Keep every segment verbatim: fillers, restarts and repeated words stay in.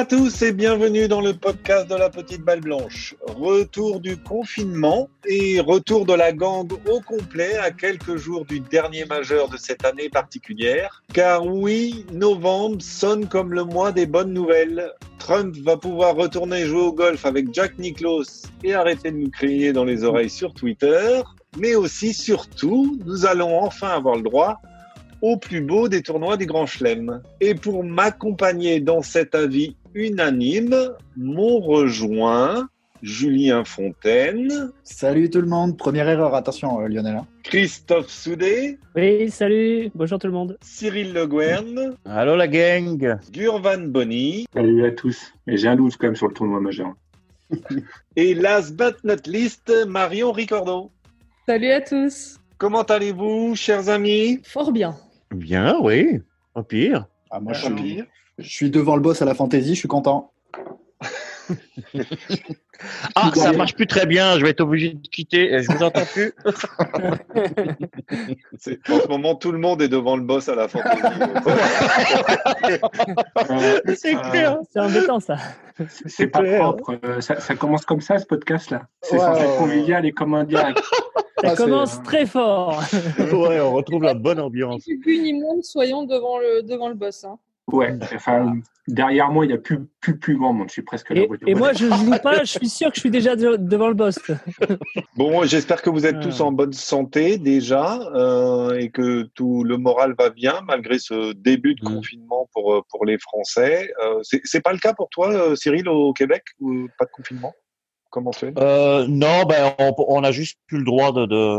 tous et bienvenue dans le podcast de la Petite Balle Blanche. Retour du confinement et retour de la gangue au complet à quelques jours du dernier majeur de cette année particulière. Car oui, novembre sonne comme le mois des bonnes nouvelles. Trump va pouvoir retourner jouer au golf avec Jack Nicklaus et arrêter de nous crier dans les oreilles sur Twitter. Mais aussi, surtout, nous allons enfin avoir le droit au plus beau des tournois du Grand Chelem. Et pour m'accompagner dans cet avis unanime, m'ont rejoint Julien Fontaine. Salut tout le monde, première erreur, attention euh, Lionel. Christophe Soudé. Oui, salut, bonjour tout le monde. Cyril Le Gouern. Allô la gang. Gurvan Bonny. Salut à tous. Et j'ai un doute quand même sur le tournoi majeur. Et last but not least, Marion Ricordo. Salut à tous. Comment allez-vous, chers amis? Fort bien. Bien, oui. Au pire. Ah, moi, je Pas suis, pire. je suis devant le boss à la fantaisie, je suis content. Ah, ça marche plus très bien. Je vais être obligé de quitter. Je vous entends plus. C'est, en ce moment, tout le monde est devant le boss à la fantaisie. C'est clair. C'est embêtant ça. C'est, c'est pas clair. propre. Euh, ça, ça commence comme ça, ce podcast-là. C'est Ouais, censé être ouais, convivial et comme un direct. Ça Ah, c'est- commence très fort. Ouais, on retrouve la bonne ambiance. Ni plus ni moins, soyons devant le, devant le boss. Hein. Ouais, enfin, derrière moi, il n'y a plus, plus, plus grand monde. Je suis presque là. Et, et moi, je joue pas, je suis sûr que je suis déjà de- devant le boss. Bon, j'espère que vous êtes Ah. tous en bonne santé déjà euh, et que tout le moral va bien malgré ce début de Mm. confinement pour pour les Français. Euh, c'est, c'est pas le cas pour toi, euh, Cyril, au Québec, ou pas de confinement? Comment c'est? Euh, non, ben on, on a juste plus le droit de, de,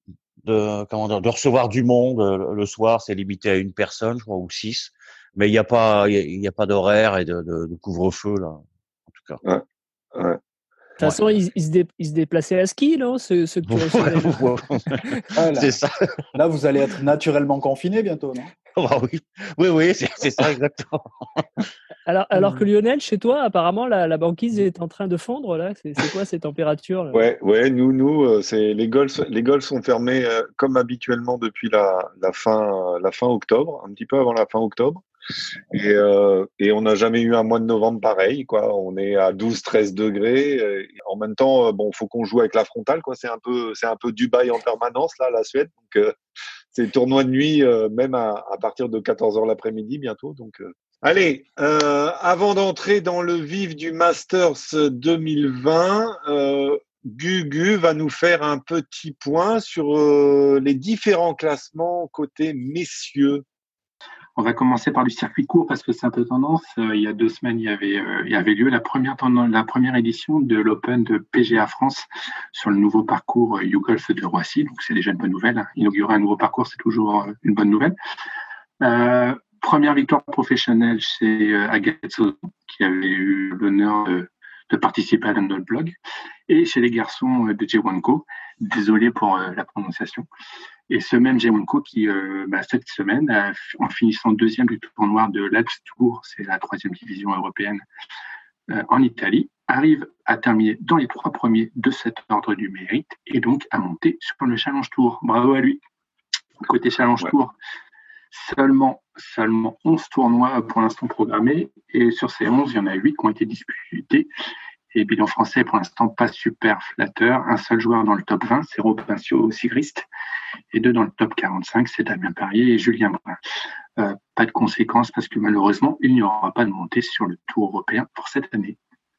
de comment dire, de recevoir du monde le, le soir. C'est limité à une personne, je crois, ou six. Mais il n'y a pas, il y a, il y a pas d'horaire et de, de, de couvre-feu là. En tout cas. Ouais. De toute façon, ils, ils, se dé- ils se déplaçaient à ski, non, ceux, ceux que tu recevais. Ah, là, C'est ça. là, vous allez être naturellement confiné bientôt, non? Ah oui, oui, oui, c'est, c'est ça exactement. Alors, alors que Lionel, chez toi, apparemment, la, la banquise est en train de fondre, là. C'est, c'est quoi ces températures là Ouais, ouais, nous, nous, euh, c'est les golfs, les golfs sont fermés euh, comme habituellement depuis la, la fin, la fin octobre, un petit peu avant la fin octobre. Et, euh, et on n'a jamais eu un mois de novembre pareil, quoi. On est à douze, treize degrés. Et en même temps, euh, bon, faut qu'on joue avec la frontale, quoi. C'est un peu, c'est un peu Dubaï en permanence, là, la Suède. Donc, euh, c'est tournoi de nuit, euh, même à, à partir de quatorze heures l'après-midi bientôt. Donc, euh. Allez, euh, avant d'entrer dans le vif du Masters deux mille vingt, euh, Gugu va nous faire un petit point sur euh, les différents classements côté messieurs. On va commencer par le circuit court parce que c'est un peu tendance. Euh, il y a deux semaines, il y avait, euh, il y avait lieu la première, tendance, la première édition de l'Open de P G A France sur le nouveau parcours euh, YouGolf de Roissy. Donc, c'est déjà une bonne nouvelle. Inaugurer un nouveau parcours, c'est toujours euh, une bonne nouvelle. Euh, première victoire professionnelle chez euh, Agathe Sozon, qui avait eu l'honneur de, de participer à notre blog. Et chez les garçons euh, de Jewanko. Désolé pour euh, la prononciation. Et ce même Jewanko qui, euh, bah, cette semaine, a, en finissant deuxième du tournoi de l'Alps Tour, c'est la troisième division européenne euh, en Italie, arrive à terminer dans les trois premiers de cet ordre du mérite et donc à monter sur le Challenge Tour. Bravo à lui. Côté Challenge Ouais. Tour, seulement, seulement onze tournois pour l'instant programmés et sur ces onze, il y en a huit qui ont été disputés. Et bilan français, pour l'instant, pas super flatteur. Un seul joueur dans le top vingt, c'est Robin Sigrist. Et deux dans le top quarante-cinq, c'est Damien Perrier et Julien Brun. Euh, pas de conséquences parce que malheureusement, il n'y aura pas de montée sur le Tour européen pour cette année.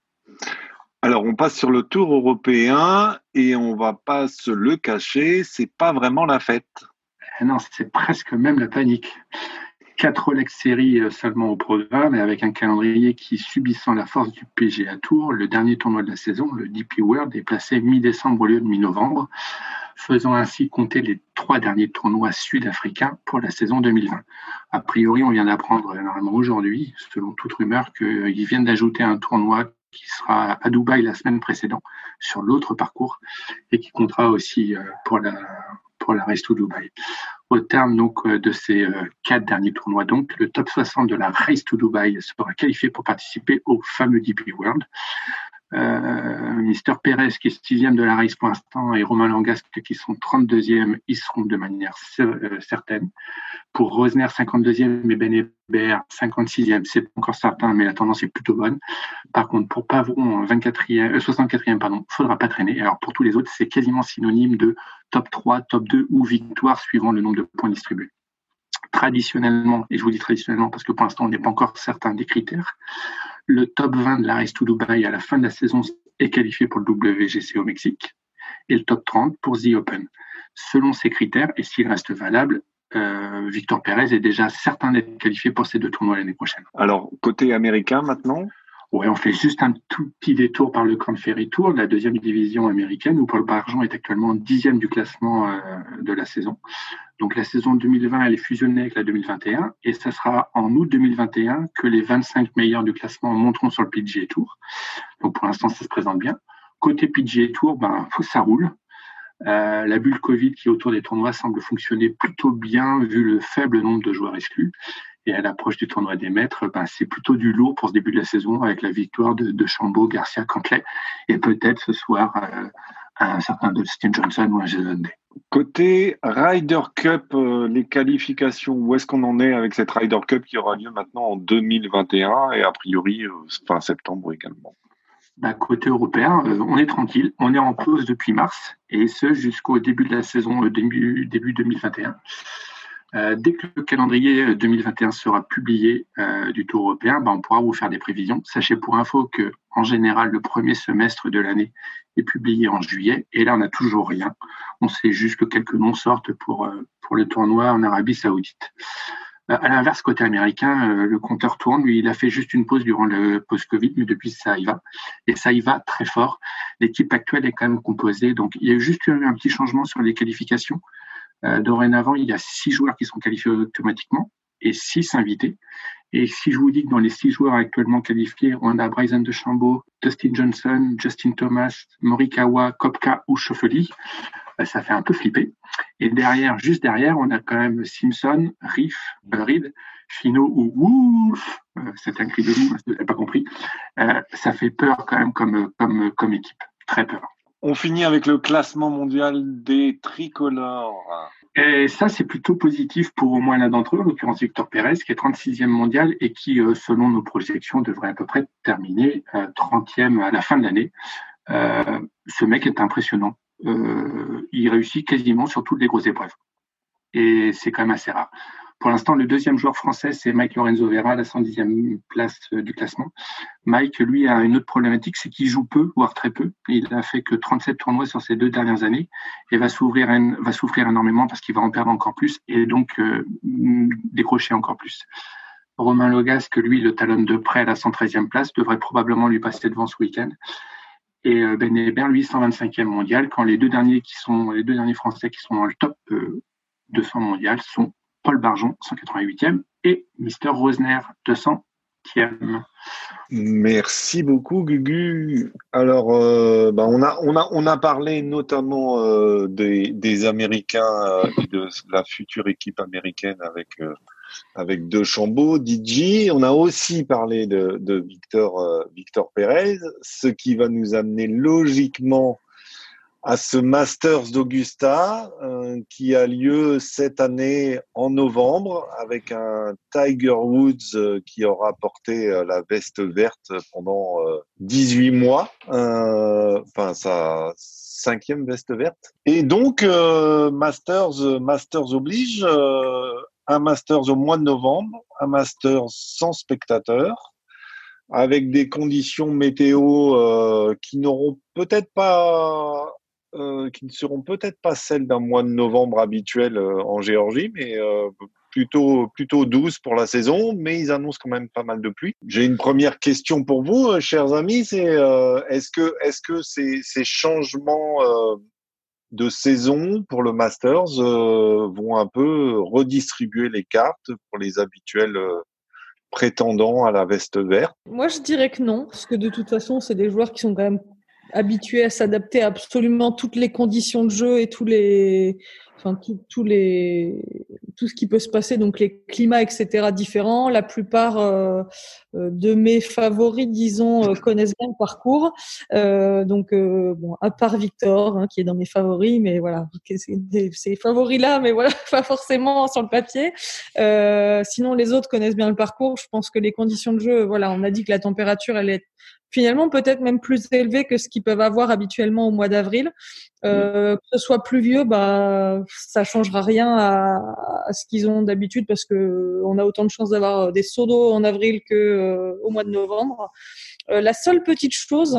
Alors, on passe sur le Tour européen et on va pas se le cacher, c'est pas vraiment la fête. Ah non, c'est presque même la panique. Quatre Rolex séries seulement au programme et avec un calendrier qui, subissant la force du P G A Tour, le dernier tournoi de la saison, le D P World, est placé mi-décembre au lieu de mi-novembre, faisant ainsi compter les trois derniers tournois sud-africains pour la saison deux mille vingt. A priori, on vient d'apprendre normalement aujourd'hui, selon toute rumeur, qu'ils viennent d'ajouter un tournoi qui sera à Dubaï la semaine précédente sur l'autre parcours et qui comptera aussi pour la, pour la Race to Dubaï. Au terme donc de ces euh, quatre derniers tournois, donc le top soixante de la Race to Dubaï sera qualifié pour participer au fameux D P World. Euh, Mister Pérez qui est sixième de la race pour l'instant et Romain Langasque qui sont trente-deuxième, ils seront de manière euh, certaine. Pour Rosner, cinquante-deuxième et Ben Hébert, cinquante-sixième. C'est pas encore certain, mais la tendance est plutôt bonne. Par contre, pour Pavron, vingt-quatrième, euh, soixante-quatrième, pardon, faudra pas traîner. Alors, pour tous les autres, c'est quasiment synonyme de top trois, top deux ou victoire suivant le nombre de points distribués. Traditionnellement, et je vous dis traditionnellement parce que pour l'instant, on n'est pas encore certain des critères, le top vingt de la Race to Dubaï à la fin de la saison est qualifié pour le W G C au Mexique et le top trente pour The Open. Selon ces critères, et s'ils restent valables, Euh, Victor Pérez est déjà certain d'être qualifié pour ces deux tournois l'année prochaine. Alors, côté américain maintenant? Ouais, on fait juste un tout petit détour par le Grand Ferry Tour, de la deuxième division américaine, où Paul Barjon est actuellement dixième du classement euh, de la saison. Donc la saison deux mille vingt, elle est fusionnée avec la deux mille vingt et un, et ça sera en août deux mille vingt et un que les vingt-cinq meilleurs du classement monteront sur le P G A Tour. Donc pour l'instant, ça se présente bien. Côté P G A Tour, ben, ça roule. Euh, la bulle Covid qui est autour des tournois semble fonctionner plutôt bien vu le faible nombre de joueurs exclus. Et à l'approche du tournoi des maîtres, ben, c'est plutôt du lourd pour ce début de la saison avec la victoire de, de Chambaud, Garcia, Cantlay et peut-être ce soir euh, un certain Dustin Johnson ou un Jason Day. Côté Ryder Cup, euh, les qualifications, où est-ce qu'on en est avec cette Ryder Cup qui aura lieu maintenant en deux mille vingt et un et a priori euh, fin septembre également? Bah, côté européen, euh, on est tranquille. On est en pause depuis mars et ce jusqu'au début de la saison, euh, début, début deux mille vingt et un. Euh, dès que le calendrier deux mille vingt et un sera publié euh, du Tour européen, bah, on pourra vous faire des prévisions. Sachez pour info que en général, le premier semestre de l'année est publié en juillet et là, on n'a toujours rien. On sait juste que quelques noms sortent pour, euh, pour le tournoi en Arabie Saoudite. À l'inverse, côté américain, euh, le compteur tourne. Lui, il a fait juste une pause durant le post-Covid, mais depuis, ça y va. Et ça y va très fort. L'équipe actuelle est quand même composée. Donc, il y a juste eu un petit changement sur les qualifications. Euh, dorénavant, il y a six joueurs qui sont qualifiés automatiquement et six invités. Et si je vous dis que dans les six joueurs actuellement qualifiés, on a Bryson DeChambeau, Dustin Johnson, Justin Thomas, Morikawa, Koepka ou Schauffele, ça fait un peu flipper. Et derrière, juste derrière, on a quand même Simpson, Riff, euh, Reed, Finau ou Wolf. Euh, c'est un cri de loup, je n'avais pas compris. Euh, ça fait peur quand même comme, comme, comme équipe. Très peur. On finit avec le classement mondial des tricolores. Et ça, c'est plutôt positif pour au moins l'un d'entre eux, en l'occurrence Victor Pérez, qui est trente-sixième mondial et qui, euh, selon nos projections, devrait à peu près terminer euh, trentième à la fin de l'année. Euh, ce mec est impressionnant. Euh, il réussit quasiment sur toutes les grosses épreuves. Et c'est quand même assez rare. Pour l'instant, le deuxième joueur français, c'est Mike Lorenzo Vera, la cent dixième place du classement. Mike, lui, a une autre problématique, c'est qu'il joue peu, voire très peu. Il a fait que trente-sept tournois sur ces deux dernières années et va souffrir, va souffrir énormément parce qu'il va en perdre encore plus et donc euh, décrocher encore plus. Romain Logasque, lui, le talonne de près à la cent treizième place, devrait probablement lui passer devant ce week-end. Et Ben Hébert, lui, cent vingt-cinquième mondial, quand les deux derniers qui sont, les deux derniers Français qui sont dans le top euh, deux cents mondial sont Paul Barjon, cent quatre-vingt-huitième, et Mister Rosner, deux centième. Merci beaucoup, Gugu. Alors, euh, bah, on a, on a, on a parlé notamment euh, des, des Américains euh, et de la future équipe américaine avec euh, avec DeChambeau, D J. On a aussi parlé de, de Victor euh, Victor Pérez, ce qui va nous amener logiquement à ce Masters d'Augusta euh, qui a lieu cette année en novembre avec un Tiger Woods euh, qui aura porté euh, la veste verte pendant euh, dix-huit mois, euh, enfin sa cinquième veste verte. Et donc euh, Masters, Masters oblige, euh, un Masters au mois de novembre, un Masters sans spectateurs, avec des conditions météo euh, qui n'auront peut-être pas Euh, qui ne seront peut-être pas celles d'un mois de novembre habituel euh, en Géorgie, mais euh, plutôt plutôt douces pour la saison, mais ils annoncent quand même pas mal de pluie. J'ai une première question pour vous, euh, chers amis, c'est euh, est-ce que est-ce que ces, ces changements euh, de saison pour le Masters euh, vont un peu redistribuer les cartes pour les habituels euh, prétendants à la veste verte? Moi, je dirais que non, parce que de toute façon, c'est des joueurs qui sont quand même habitués à s'adapter à absolument toutes les conditions de jeu et tous les, enfin, tous les, tout ce qui peut se passer, donc les climats, et cetera, différents. La plupart euh, de mes favoris, disons, euh, connaissent bien le parcours. Euh, donc, euh, bon, à part Victor, hein, qui est dans mes favoris, mais voilà, c'est ces favoris-là, mais voilà, pas forcément sur le papier. Euh, sinon, les autres connaissent bien le parcours. Je pense que les conditions de jeu, voilà, on a dit que la température, elle est finalement peut-être même plus élevée que ce qu'ils peuvent avoir habituellement au mois d'avril. Euh, que ce soit pluvieux, bah, ça changera rien à, à ce qu'ils ont d'habitude parce que on a autant de chances d'avoir des seaux d'eau en avril que euh, au mois de novembre. Euh, la seule petite chose,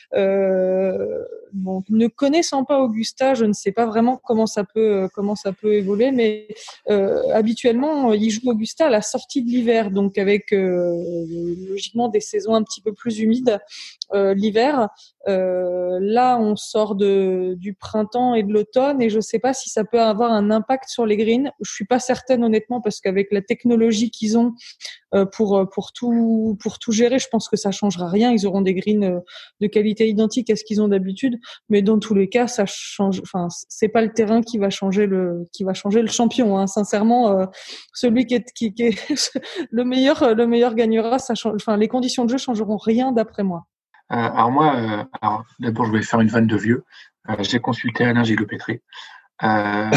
euh, bon, ne connaissant pas Augusta, je ne sais pas vraiment comment ça peut comment ça peut évoluer, mais euh, habituellement, ils jouent Augusta à la sortie de l'hiver, donc avec euh, logiquement des saisons un petit peu plus humides euh, l'hiver. Euh, là, on sort de du printemps et de l'automne, et je ne sais pas si ça peut avoir un impact sur les greens. Je suis pas certaine honnêtement parce qu'avec la technologie qu'ils ont euh, pour pour tout pour tout gérer, je pense que ça changera rien. Ils auront des greens de qualité identique à ce qu'ils ont d'habitude, mais dans tous les cas, ça change. Enfin, c'est pas le terrain qui va changer le qui va changer le champion. Hein. Sincèrement, euh, celui qui est qui, qui est le meilleur le meilleur gagnera. Ça change. Enfin, les conditions de jeu changeront rien d'après moi. Euh, alors moi, euh, alors d'abord, je vais faire une vanne de vieux. Euh, j'ai consulté Alain Gillot-Pétré. Euh,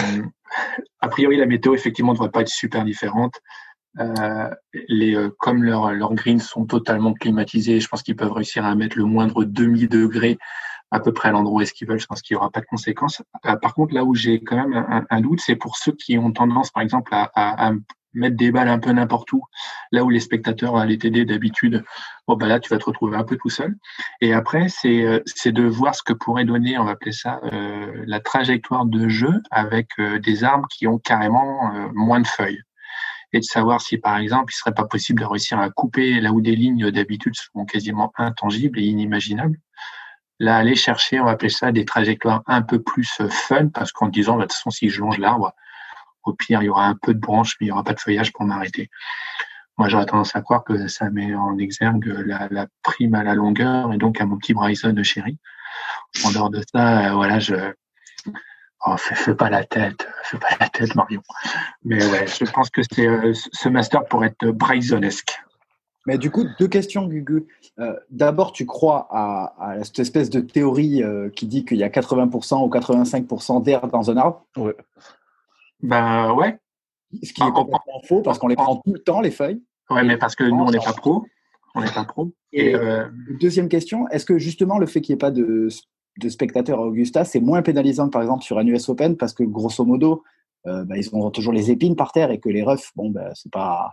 a priori, la météo, effectivement, ne devrait pas être super différente. Euh, les, euh, comme leurs leurs greens sont totalement climatisés, je pense qu'ils peuvent réussir à mettre le moindre demi-degré à peu près à l'endroit où est-ce qu'ils veulent. Je pense qu'il n'y aura pas de conséquences. Euh, par contre, là où j'ai quand même un, un doute, c'est pour ceux qui ont tendance, par exemple, à, à, à mettre des balles un peu n'importe où, là où les spectateurs allaient t'aider d'habitude. Bon, bah là, tu vas te retrouver un peu tout seul. Et après, c'est c'est de voir ce que pourrait donner, on va appeler ça, euh, la trajectoire de jeu avec euh, des arbres qui ont carrément euh, moins de feuilles. Et de savoir si, par exemple, il serait pas possible de réussir à couper là où des lignes d'habitude sont quasiment intangibles et inimaginables. Là, aller chercher, on va appeler ça, des trajectoires un peu plus fun, parce qu'en disant, bah, de toute façon, si je longe l'arbre, au pire, il y aura un peu de branches, mais il n'y aura pas de feuillage pour m'arrêter. Moi, j'aurais tendance à croire que ça met en exergue la, la prime à la longueur et donc à mon petit Bryson de chéri. En dehors de ça, euh, voilà, je... Oh, fais, fais pas la tête, fais pas la tête, Marion. Mais ouais, je pense que c'est euh, ce master pourrait être Brysonesque. Mais du coup, deux questions, Gugu. Euh, d'abord, tu crois à, à cette espèce de théorie euh, qui dit qu'il y a quatre-vingts pour cent ou quatre-vingt-cinq pour cent d'air dans un arbre? Ouais. Ben ouais. Ce qui est complètement faux parce qu'on les prend tout le temps, les feuilles. Ouais, mais parce que nous, on n'est pas pro. On n'est pas pro. Et, et euh... deuxième question, est-ce que justement le fait qu'il n'y ait pas de, de spectateurs à Augusta, c'est moins pénalisant que par exemple sur un U S Open parce que grosso modo, euh, bah, ils ont toujours les épines par terre et que les roughs, bon, bah, c'est pas,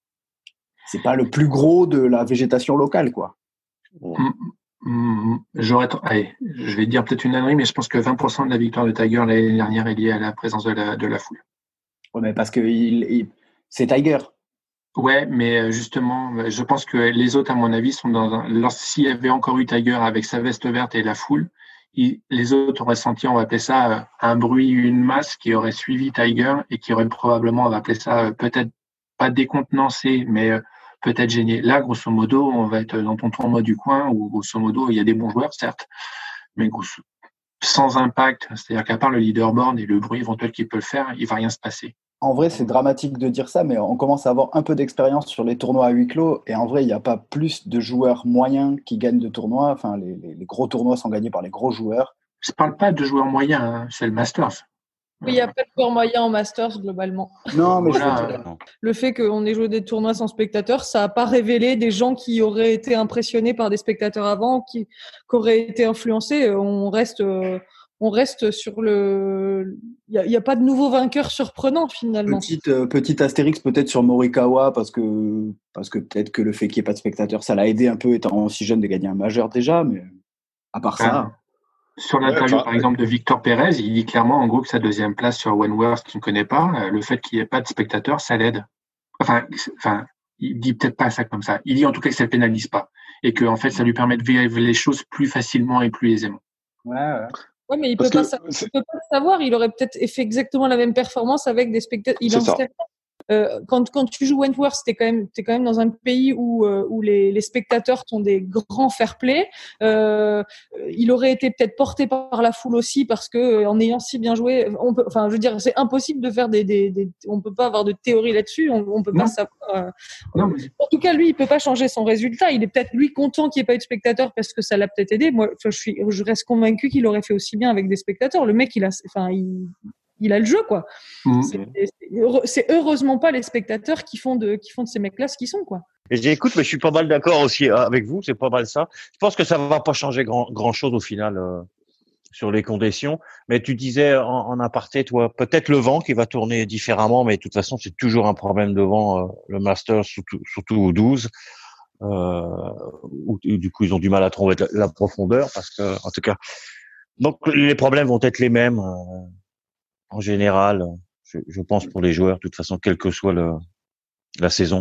c'est pas le plus gros de la végétation locale, quoi. Mmh, mmh, j'aurais, allez, je vais dire peut-être une ânerie, mais je pense que vingt pour cent de la victoire de Tiger l'année dernière est liée à la présence de la, de la foule. Ouais, mais parce que il, il, c'est Tiger. Ouais, mais justement, je pense que les autres, à mon avis, sont dans un. Lorsqu'il y avait encore eu Tiger avec sa veste verte et la foule, il, les autres auraient senti, on va appeler ça, un bruit, une masse qui aurait suivi Tiger et qui aurait probablement, on va appeler ça, peut-être pas décontenancé, mais peut-être gêné. Là, grosso modo, on va être dans ton tournoi du coin où, grosso modo, il y a des bons joueurs, certes, mais grosso, sans impact. C'est-à-dire qu'à part le leaderboard et le bruit éventuel qu'il peut le faire, il va rien se passer. En vrai, c'est dramatique de dire ça, mais on commence à avoir un peu d'expérience sur les tournois à huis clos. Et en vrai, il n'y a pas plus de joueurs moyens qui gagnent de tournois. Enfin, les, les, les gros tournois sont gagnés par les gros joueurs. Je ne parle pas de joueurs moyens, hein, c'est le Masters. Il n'y a pas de joueurs moyens en Masters, globalement. Non, mais voilà. je veux dire... Le fait qu'on ait joué des tournois sans spectateurs, ça n'a pas révélé des gens qui auraient été impressionnés par des spectateurs avant, qui, qui auraient été influencés. On reste... Euh... On reste sur le. Il n'y a, a pas de nouveau vainqueur surprenant finalement. Petite, euh, petite astérix peut-être sur Morikawa parce que, parce que peut-être que le fait qu'il n'y ait pas de spectateurs, ça l'a aidé un peu étant aussi jeune de gagner un majeur déjà, mais à part ça. Ah. Sur l'interview, ouais, par exemple, de Victor Pérez, il dit clairement, en gros, que sa deuxième place sur Wentworth, qu'il ne connaît pas, le fait qu'il n'y ait pas de spectateurs, ça l'aide. Enfin, enfin, il dit peut-être pas ça comme ça. Il dit en tout cas que ça ne pénalise pas et que, en fait, ça lui permet de vivre les choses plus facilement et plus aisément. Ouais, ouais. Oui, mais il ne peut, peut pas le savoir. Il aurait peut-être fait exactement la même performance avec des spectateurs. Il c'est ça. euh, quand quand tu joues Wentworth, t'es quand même t'es quand même dans un pays où euh, où les les spectateurs sont des grands fair-play. Euh, il aurait été peut-être porté par la foule aussi parce que en ayant si bien joué, on peut, enfin, je veux dire, c'est impossible de faire des des, des on peut pas avoir de théorie là-dessus. On, on peut Non. pas savoir. Euh, Non, mais- En tout cas, lui, il peut pas changer son résultat. Il est peut-être lui content qu'il n'y ait pas eu de spectateurs parce que ça l'a peut-être aidé. Moi, enfin, je suis, je reste convaincu qu'il aurait fait aussi bien avec des spectateurs. Le mec, il a, enfin, il, il a le jeu, quoi. Mm. C'est, c'est heureux- c'est heureusement pas les spectateurs qui font de, qui font de ces mecs-là ce qu'ils sont, quoi. Et j'écoute, mais je suis pas mal d'accord aussi euh, avec vous. C'est pas mal ça. Je pense que ça va pas changer grand grand chose au final euh, sur les conditions. Mais tu disais en, en aparté, toi, peut-être le vent qui va tourner différemment, mais de toute façon, c'est toujours un problème de vent. Euh, le Masters, surtout, surtout au douze, euh, où, où du coup ils ont du mal à trouver la, la profondeur, parce que en tout cas, donc les problèmes vont être les mêmes euh, en général. Je, je pense pour les joueurs, de toute façon, quelle que soit le, la saison.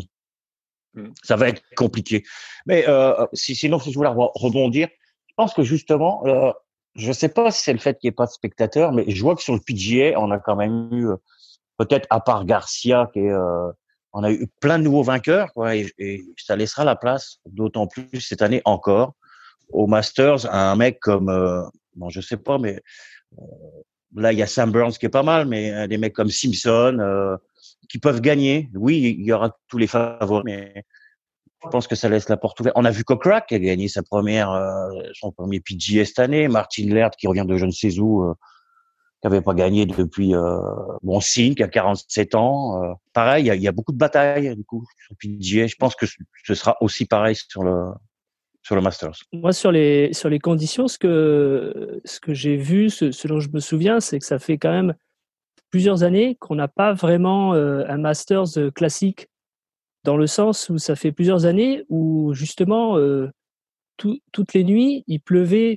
Ça va être compliqué. Mais euh, si, sinon, si je voulais rebondir, je pense que justement, euh, je sais pas si c'est le fait qu'il n'y ait pas de spectateurs, mais je vois que sur le P G A, on a quand même eu, euh, peut-être à part Garcia, qui est, euh, on a eu plein de nouveaux vainqueurs, quoi, et, et ça laissera la place, d'autant plus cette année encore, au Masters, à un mec comme, euh, bon, je sais pas, mais euh, là, il y a Sam Burns qui est pas mal, mais euh, des mecs comme Simpson, euh, qui peuvent gagner. Oui, il y aura tous les favoris, mais je pense que ça laisse la porte ouverte. On a vu Kokrak qui a gagné sa première, euh, son premier P G A cette année. Martin Laird qui revient de je ne sais où, euh, qui avait pas gagné depuis, euh, bon, Singh qui a quarante-sept ans. Euh, pareil, il y a, y a beaucoup de batailles, du coup, sur P G A. Je pense que ce sera aussi pareil sur le, sur le Masters. Moi, sur les, sur les conditions, ce que, ce que j'ai vu, ce, ce dont je me souviens, c'est que ça fait quand même plusieurs années qu'on n'a pas vraiment euh, un Masters euh, classique, dans le sens où ça fait plusieurs années où justement, euh, tout, toutes les nuits, il pleuvait,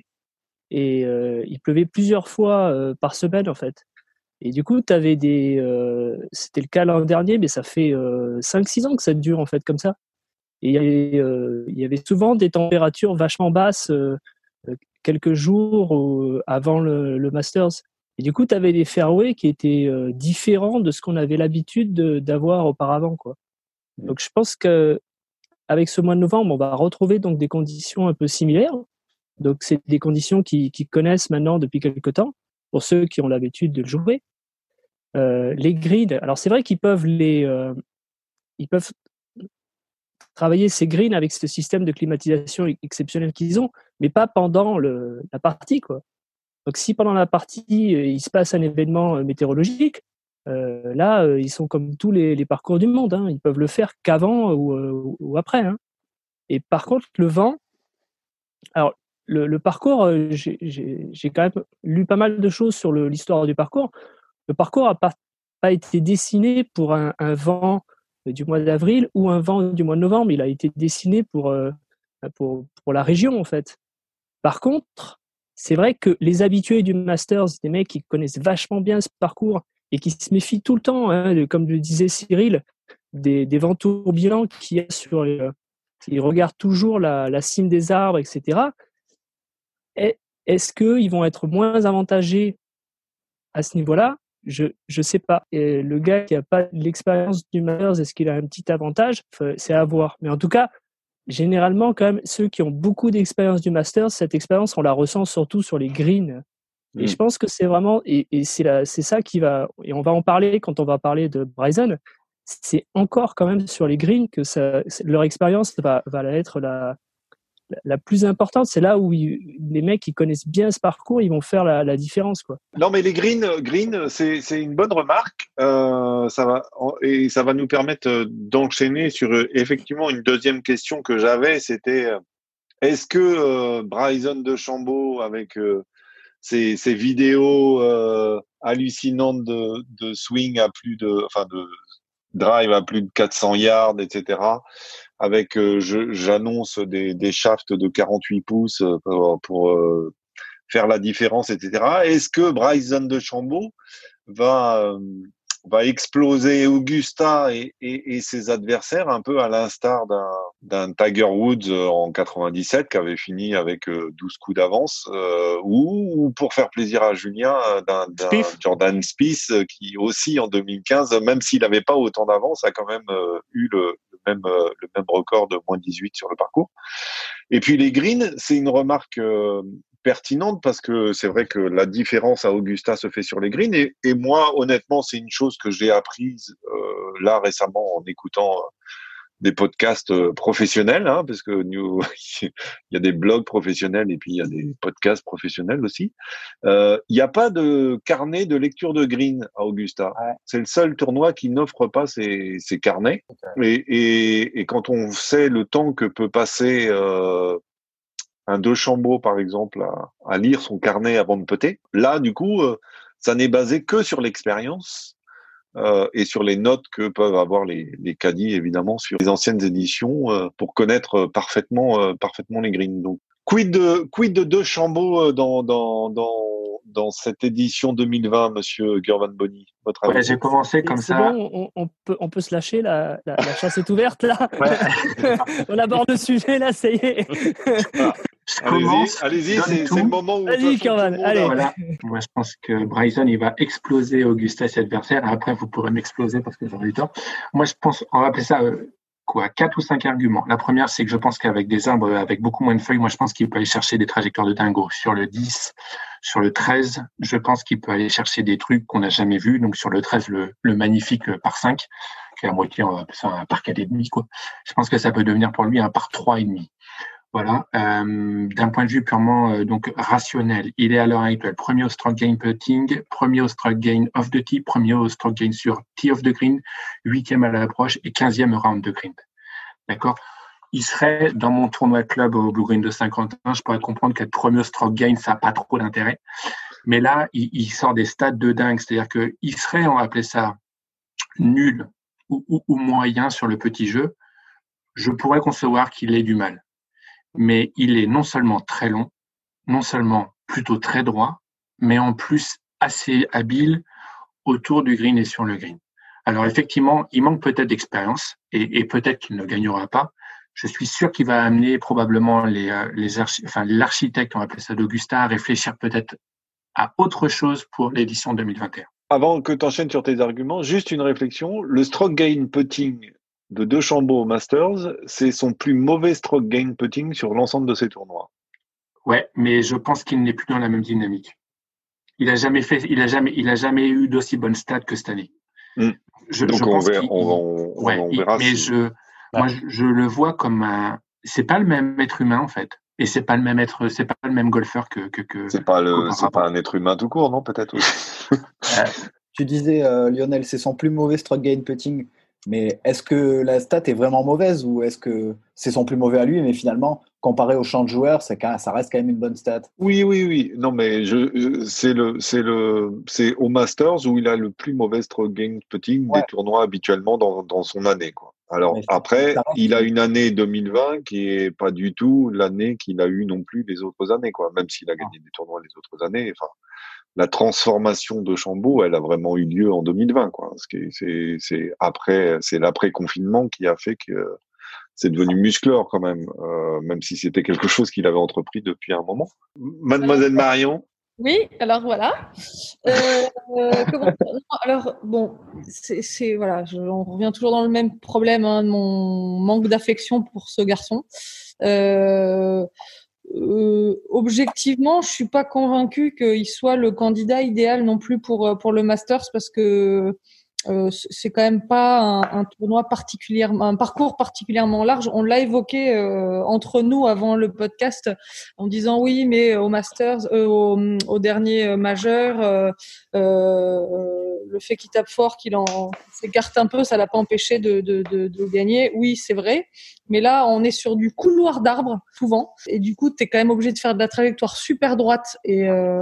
et euh, il pleuvait plusieurs fois euh, par semaine, en fait. Et du coup, tu avais des. Euh, c'était le cas l'an dernier, mais ça fait euh, cinq six ans que ça dure, en fait, comme ça. Et il y avait, euh, il y avait souvent des températures vachement basses euh, euh, quelques jours au- avant le, le Masters. Et du coup, tu avais des fairways qui étaient euh, différents de ce qu'on avait l'habitude de- d'avoir auparavant, quoi. Donc, je pense que avec ce mois de novembre, on va retrouver donc des conditions un peu similaires. Donc, c'est des conditions qui, qui connaissent maintenant depuis quelques temps, pour ceux qui ont l'habitude de le jouer. Euh, les greens, alors c'est vrai qu'ils peuvent les, euh, ils peuvent travailler ces greens avec ce système de climatisation exceptionnel qu'ils ont, mais pas pendant le, la partie, quoi. Donc, si pendant la partie, euh, il se passe un événement euh, météorologique, euh, là, euh, ils sont comme tous les, les parcours du monde, hein. Ils peuvent le faire qu'avant ou, euh, ou après, hein. Et par contre, le vent, alors, le, le parcours, euh, j'ai, j'ai, j'ai quand même lu pas mal de choses sur le, l'histoire du parcours. Le parcours n'a pas, pas été dessiné pour un, un vent du mois d'avril ou un vent du mois de novembre. Il a été dessiné pour, euh, pour, pour la région, en fait. Par contre, c'est vrai que les habitués du Masters, des mecs qui connaissent vachement bien ce parcours et qui se méfient tout le temps, hein, de, comme le disait Cyril, des, des vents tourbillants qu'il y a sur les, euh, ils regardent toujours la, la cime des arbres, et cetera. Et, est-ce qu'ils vont être moins avantagés à ce niveau-là? Je ne sais pas. Et le gars qui n'a pas l'expérience du Masters, est-ce qu'il a un petit avantage? C'est à voir. Mais en tout cas, généralement, quand même, ceux qui ont beaucoup d'expérience du Masters, cette expérience, on la ressent surtout sur les greens. Et Mm. je pense que c'est vraiment, et, et c'est, la, c'est ça qui va, et on va en parler quand on va parler de Bryson, c'est encore quand même sur les greens que ça, leur expérience va, va être la, la plus importante. C'est là où ils, les mecs qui connaissent bien ce parcours, ils vont faire la, la différence, quoi. Non, mais les greens, green, c'est c'est une bonne remarque. Euh, ça va et ça va nous permettre euh, d'enchaîner sur euh, effectivement une deuxième question que j'avais. C'était euh, est-ce que euh, Bryson DeChambeau avec euh, ses, ses vidéos euh, hallucinantes de, de swing à plus de, enfin de drive à plus de quatre cents yards, et cetera. Avec, euh, je, j'annonce des, des shafts de quarante-huit pouces euh, pour, pour euh, faire la différence, et cetera. Est-ce que Bryson DeChambeau va, euh, va exploser Augusta et, et, et ses adversaires, un peu à l'instar d'un, d'un Tiger Woods en quatre-vingt-dix-sept qui avait fini avec douze coups d'avance, euh, ou, ou pour faire plaisir à Julien, d'un, d'un Jordan Spieth qui aussi en deux mille quinze, même s'il n'avait pas autant d'avance, a quand même euh, eu le, le, même, euh, le même record de moins dix-huit sur le parcours. Et puis les greens, c'est une remarque euh, pertinente parce que c'est vrai que la différence à Augusta se fait sur les greens. Et, et moi, honnêtement, c'est une chose que j'ai apprise euh, là récemment en écoutant euh, des podcasts euh, professionnels, hein, parce que nous, il y a des blogs professionnels et puis il y a des podcasts professionnels aussi. Euh, il n'y a pas de carnet de lecture de green à Augusta. Ouais. C'est le seul tournoi qui n'offre pas ces, ces carnets. Okay. Et, et, et quand on sait le temps que peut passer euh, un DeChambeau, par exemple, à, à lire son carnet avant de putter, là, du coup, euh, ça n'est basé que sur l'expérience. Euh, et sur les notes que peuvent avoir les, les caddies, évidemment, sur les anciennes éditions, euh, pour connaître parfaitement, euh, parfaitement les greens. Donc, quid de, quid de DeChambeau dans, dans, dans, dans cette édition deux mille vingt, monsieur Gurvan Bonny, votre avis? Ouais, j'ai commencé comme c'est ça. C'est bon, on, on, peut, on peut se lâcher, la, la, la chasse est ouverte, là. Ouais. On aborde le sujet, là, ça y est. Voilà. Je commence. Allez-y, allez-y, c'est, c'est le moment où... Vas-y, Gurvan, allez. Voilà. Moi, je pense que Bryson, il va exploser Augusta, ses adversaires. Après, vous pourrez m'exploser parce que j'aurai du temps. Moi, je pense, on va appeler ça euh, quoi, quatre ou cinq arguments. La première, c'est que je pense qu'avec des arbres, avec beaucoup moins de feuilles, moi, je pense qu'il peut aller chercher des trajectoires de dingo. Sur le dix, sur le treize, je pense qu'il peut aller chercher des trucs qu'on n'a jamais vus. Donc, sur le treize, le, le magnifique le par cinq, qui est à moitié, on va appeler ça un par quatre et demi, quoi. Je pense que ça peut devenir pour lui un par trois et demi. Voilà. Euh, d'un point de vue purement euh, donc rationnel, il est à l'heure actuelle premier au stroke gain putting, premier au stroke gain off the tee, premier au stroke gain sur tee off the green, huitième à l'approche et quinzième round de green. D'accord. Il serait dans mon tournoi de club au Blue Green de Saint-Quentin, je pourrais comprendre qu'être premier au stroke gain, ça n'a pas trop d'intérêt. Mais là, il, il sort des stats de dingue, c'est-à-dire que il serait, on va appeler ça nul ou, ou, ou moyen sur le petit jeu. Je pourrais concevoir qu'il ait du mal. Mais il est non seulement très long, non seulement plutôt très droit, mais en plus assez habile autour du green et sur le green. Alors effectivement, il manque peut-être d'expérience et, et peut-être qu'il ne gagnera pas. Je suis sûr qu'il va amener probablement les, les archi- enfin, l'architecte, on va appeler ça d'Augusta, à réfléchir peut-être à autre chose pour l'édition deux mille vingt et un. Avant que tu enchaînes sur tes arguments, juste une réflexion. Le stroke gain putting de DeChambeau au Masters, c'est son plus mauvais stroke gain putting sur l'ensemble de ses tournois. Ouais, mais je pense qu'il n'est plus dans la même dynamique. Il a jamais fait, il a jamais, il a jamais eu d'aussi bonnes stats que cette année. Mmh. Je, Donc je on, pense verra, qu'il, on, on, ouais, on verra. Il, mais si... je, ouais. moi, je, je le vois comme un, c'est pas le même être humain en fait, et c'est pas le même être, c'est pas le même golfeur que que. que c'est pas le, c'est pas un être humain tout court, non, peut-être aussi. Tu disais euh, Lionel, c'est son plus mauvais stroke gain putting. Mais est-ce que la stat est vraiment mauvaise ou est-ce que c'est son plus mauvais à lui, mais finalement, comparé au champ de joueurs, ça, ça reste quand même une bonne stat? Oui, oui, oui. Non, mais je, c'est le, c'est le, c'est au Masters où il a le plus mauvais stroke gain putting ouais. des tournois habituellement dans, dans son année, quoi. Alors ouais, après, il a une année deux mille vingt qui est pas du tout l'année qu'il a eu non plus les autres années, quoi. Même s'il a gagné ah. des tournois les autres années, enfin. La transformation de Chambeau, elle a vraiment eu lieu en deux mille vingt, quoi. C'est, c'est après, c'est l'après-confinement qui a fait que c'est devenu musclore quand même, euh, même si c'était quelque chose qu'il avait entrepris depuis un moment. Mademoiselle Marion. Oui, alors voilà. Euh, euh, comment... Alors bon, c'est, c'est voilà, je, on revient toujours dans le même problème hein, de mon manque d'affection pour ce garçon. Euh, Euh, objectivement, je suis pas convaincue qu'il soit le candidat idéal non plus pour pour le Masters parce que euh, c'est quand même pas un, un tournoi particulièrement, un parcours particulièrement large. On l'a évoqué euh, entre nous avant le podcast en disant oui, mais au Masters, euh, au, au dernier majeur, euh, euh, le fait qu'il tape fort, qu'il en s'écarte un peu, ça l'a pas empêché de, de, de, de gagner. Oui, c'est vrai. Mais là, on est sur du couloir d'arbres, souvent. Et du coup, tu es quand même obligé de faire de la trajectoire super droite. Et euh,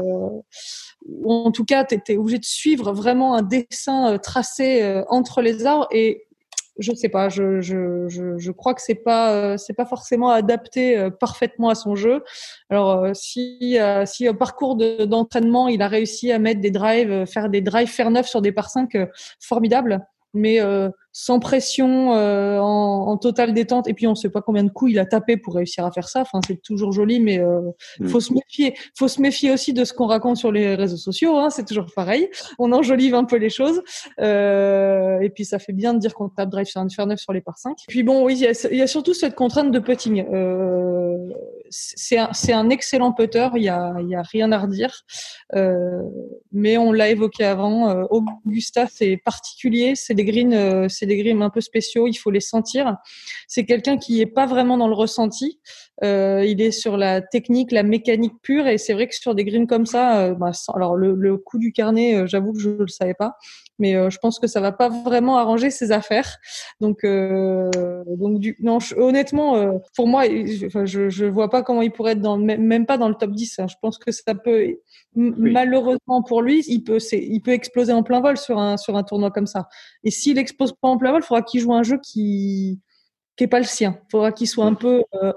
en tout cas, tu es obligé de suivre vraiment un dessin tracé entre les arbres. Et je sais pas, je, je, je, je crois que c'est pas, euh, c'est pas forcément adapté euh, parfaitement à son jeu. Alors, euh, si, euh, si au parcours de, d'entraînement, il a réussi à mettre des drives, euh, faire des drives faire neuf sur des par cinq, euh, formidable. Mais euh, sans pression, euh, en, en totale détente. Et puis on sait pas combien de coups il a tapé pour réussir à faire ça. Enfin, c'est toujours joli, mais euh, Mm. faut se méfier. Faut se méfier aussi de ce qu'on raconte sur les réseaux sociaux. Hein, c'est toujours pareil. On enjolive un peu les choses. Euh, et puis ça fait bien de dire qu'on tape drive sur un fer neuf sur les par cinq. Puis bon, oui, il y a, il y a surtout cette contrainte de putting. Euh, c'est un, c'est un excellent putter. Il y a, il y a rien à redire. Euh, mais on l'a évoqué avant. Euh, Augusta, c'est particulier. C'est des greens, euh, c'est des greens un peu spéciaux. Il faut les sentir. C'est quelqu'un qui est pas vraiment dans le ressenti. Euh, il est sur la technique, la mécanique pure. Et c'est vrai que sur des greens comme ça, euh, bah, sans, alors le, le coup du carnet, euh, j'avoue que je le savais pas. Mais euh, je pense que ça va pas vraiment arranger ses affaires. Donc, euh, donc du, non, je, honnêtement, euh, pour moi, je, enfin, je, je vois pas comment il pourrait être dans, même pas dans le top dix. Hein. Je pense que ça peut, m- Oui. malheureusement pour lui, il peut, c'est, il peut exploser en plein vol sur un sur un tournoi comme ça. Et s'il explose pas en plein vol, il faudra qu'il joue un jeu qui qui est pas le sien. Il faudra qu'il soit un peu, euh,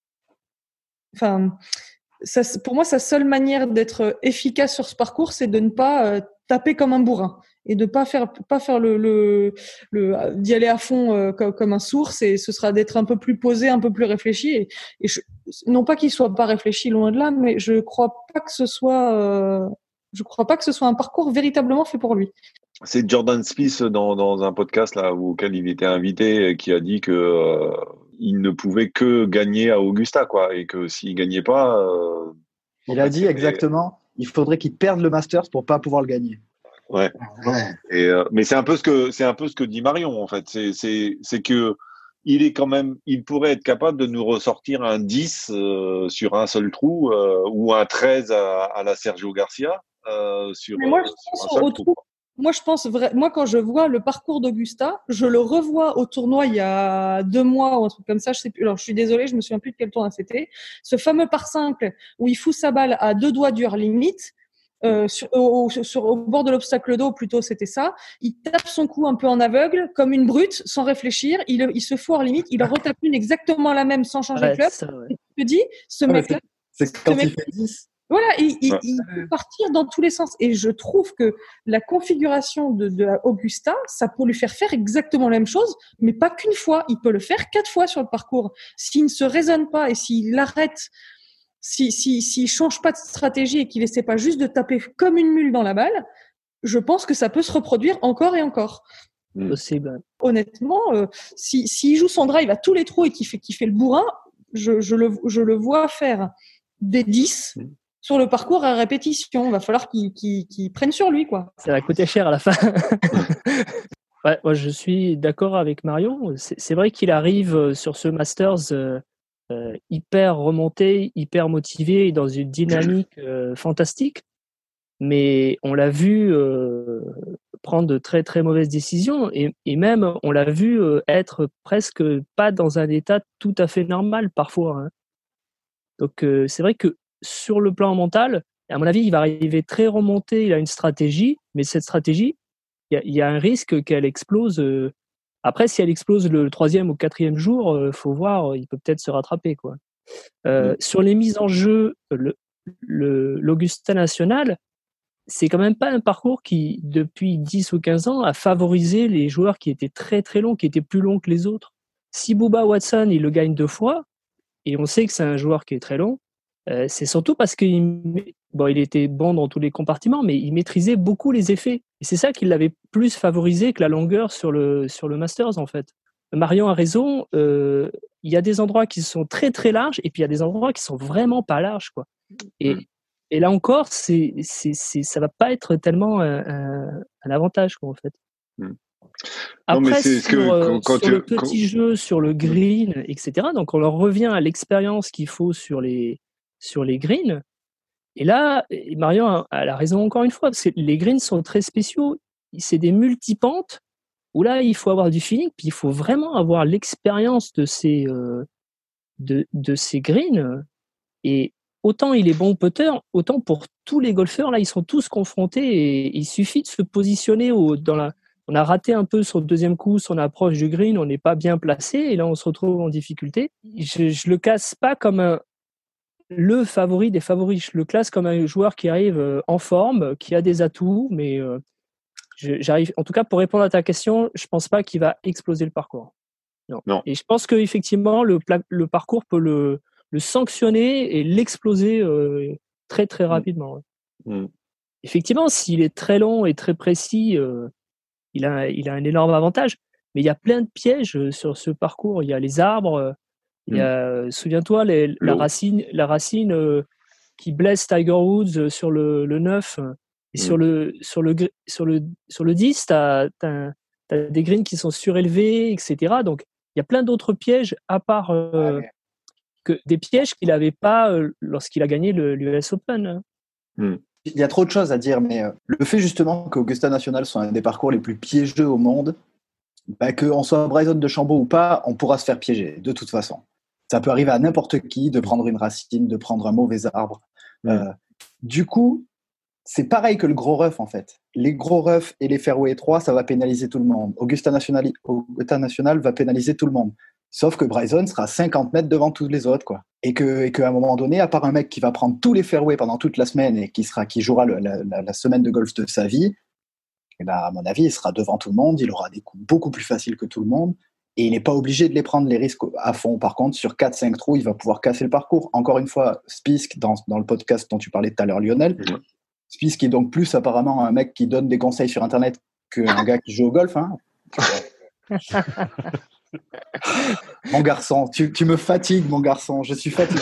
enfin. Ça, pour moi, sa seule manière d'être efficace sur ce parcours, c'est de ne pas euh, taper comme un bourrin et de pas faire pas faire le, le, le d'y aller à fond euh, comme, comme un sourd. Et ce sera d'être un peu plus posé, un peu plus réfléchi. Et, et je, non pas qu'il soit pas réfléchi, loin de là, mais je crois pas que ce soit, euh, je crois pas que ce soit un parcours véritablement fait pour lui. C'est Jordan Spieth dans, dans un podcast là auquel il était invité qui a dit que euh, il ne pouvait que gagner à Augusta quoi et que s'il gagnait pas euh, il a dit c'était... exactement il faudrait qu'il perde le Masters pour pas pouvoir le gagner. Ouais. Ouais. Et euh, mais c'est un peu ce que c'est un peu ce que dit Marion en fait, c'est c'est c'est que il est quand même il pourrait être capable de nous ressortir un dix euh, sur un seul trou euh, ou un treize à, à la Sergio Garcia euh, sur, Mais moi, euh, je sur pense un seul au trou. trou. Moi, je pense vrai. Moi, quand je vois le parcours d'Augusta, je le revois au tournoi il y a deux mois ou un truc comme ça. Je sais plus. Alors, je suis désolée, je me souviens plus de quel tournoi c'était. Ce fameux par cinq où il fout sa balle à deux doigts du hors limite. Euh, sur, au, sur, au bord de l'obstacle d'eau, plutôt, c'était ça. Il tape son coup un peu en aveugle, comme une brute, sans réfléchir. Il, il se fout hors limite. Il en retape une exactement la même sans changer Ouais, de club. ça, ouais. Et tu te dis, ce Ah, mais mec-là, c'est, c'est quand ce il mec fait dix. voilà, il, il, Ouais. il peut partir dans tous les sens. Et je trouve que la configuration de, de Augusta, ça peut lui faire faire exactement la même chose, mais pas qu'une fois. Il peut le faire quatre fois sur le parcours. S'il ne se raisonne pas et s'il arrête, s'il si, si, si change pas de stratégie et qu'il essaie pas juste de taper comme une mule dans la balle, je pense que ça peut se reproduire encore et encore. Possible. Honnêtement, euh, si, s'il joue son drive à tous les trous et qu'il fait, qu'il fait le bourrin, je, je, le, je le vois faire des dix sur le parcours à répétition. Il va falloir qu'il, qu'il, qu'il prenne sur lui, quoi. Ça va coûter cher à la fin. Ouais, moi, je suis d'accord avec Marion. C'est, c'est vrai qu'il arrive sur ce Masters euh, euh, hyper remonté, hyper motivé, dans une dynamique euh, fantastique. Mais on l'a vu euh, prendre de très très mauvaises décisions et, et même on l'a vu euh, être presque pas dans un état tout à fait normal parfois. Hein. Donc euh, c'est vrai que sur le plan mental, à mon avis, il va arriver très remonté, il a une stratégie, mais cette stratégie, il y a, il y a un risque qu'elle explose. Euh, après, si elle explose le troisième ou quatrième jour, il euh, faut voir, il peut peut-être se rattraper, quoi. Euh, mmh. Sur les mises en jeu, le, le, l'Augusta National, c'est quand même pas un parcours qui, depuis dix ou quinze ans, a favorisé les joueurs qui étaient très très longs, qui étaient plus longs que les autres. Si Bubba Watson, il le gagne deux fois, et on sait que c'est un joueur qui est très long, euh, c'est surtout parce qu'il bon, il était bon dans tous les compartiments, mais il maîtrisait beaucoup les effets. Et c'est ça qui l'avait plus favorisé que la longueur sur le, sur le Masters, en fait. Marion a raison, euh, il y a des endroits qui sont très très larges, et puis il y a des endroits qui sont vraiment pas larges, quoi. Et, et là encore, c'est, c'est, c'est, ça va pas être tellement un, un, un avantage, quoi, en fait. Après, non, mais c'est sur, que, quand, quand sur tu, le petit quand... jeu, sur le green, et cetera, donc on en revient à l'expérience qu'il faut sur les, sur les greens. Et là, Marion a, a la raison encore une fois, parce que les greens sont très spéciaux. C'est des multipentes où là, il faut avoir du feeling, puis il faut vraiment avoir l'expérience de ces, euh, de, de ces greens. Et autant il est bon putter, autant pour tous les golfeurs, là, ils sont tous confrontés et il suffit de se positionner au, dans la on a raté un peu sur le deuxième coup son approche du green, on n'est pas bien placé et là on se retrouve en difficulté. Je, je le classe pas comme un, le favori des favoris, je le classe comme un joueur qui arrive en forme, qui a des atouts, mais euh, je, j'arrive. En tout cas, pour répondre à ta question, je pense pas qu'il va exploser le parcours. Non. Non. Et je pense qu'effectivement, le, le parcours peut le, le sanctionner et l'exploser euh, très très rapidement. Mmh. Mmh. Effectivement, s'il est très long et très précis, euh, il a, il a un énorme avantage. Mais il y a plein de pièges sur ce parcours. Il y a les arbres, il y a, mmh. souviens-toi, les, la racine, la racine euh, qui blesse Tiger Woods sur le, le neuf. Et mmh. sur, le, sur, le, sur, le, sur le dix, tu as des greens qui sont surélevés, et cetera. Donc, il y a plein d'autres pièges à part euh, ouais. que des pièges qu'il n'avait pas euh, lorsqu'il a gagné l'U S Open. Mmh. Il y a trop de choses à dire, mais euh, le fait justement qu'Augusta National soit un des parcours les plus piégeux au monde, bah, qu'on soit Bryson DeChambeau ou pas, on pourra se faire piéger, de toute façon. Ça peut arriver à n'importe qui de prendre une racine, de prendre un mauvais arbre. Mmh. Euh, du coup, c'est pareil que le gros rough, en fait. Les gros roughs et les fairway étroits, ça va pénaliser tout le monde. Augusta National, Augusta National va pénaliser tout le monde. Sauf que Bryson sera cinquante mètres devant tous les autres, quoi. Et que, et qu'à un moment donné, à part un mec qui va prendre tous les fairways pendant toute la semaine et qui sera, qui jouera le, la, la, la semaine de golf de sa vie, et ben, à mon avis, il sera devant tout le monde. Il aura des coups beaucoup plus faciles que tout le monde. Et il n'est pas obligé de les prendre les risques à fond. Par contre, sur quatre cinq trous, il va pouvoir casser le parcours. Encore une fois, Spieth, dans, dans le podcast dont tu parlais tout à l'heure, Lionel, mmh. Spieth qui est donc plus apparemment un mec qui donne des conseils sur Internet qu'un gars qui joue au golf. Hein. Mon garçon, tu, tu me fatigues, mon garçon. Je suis fatigué.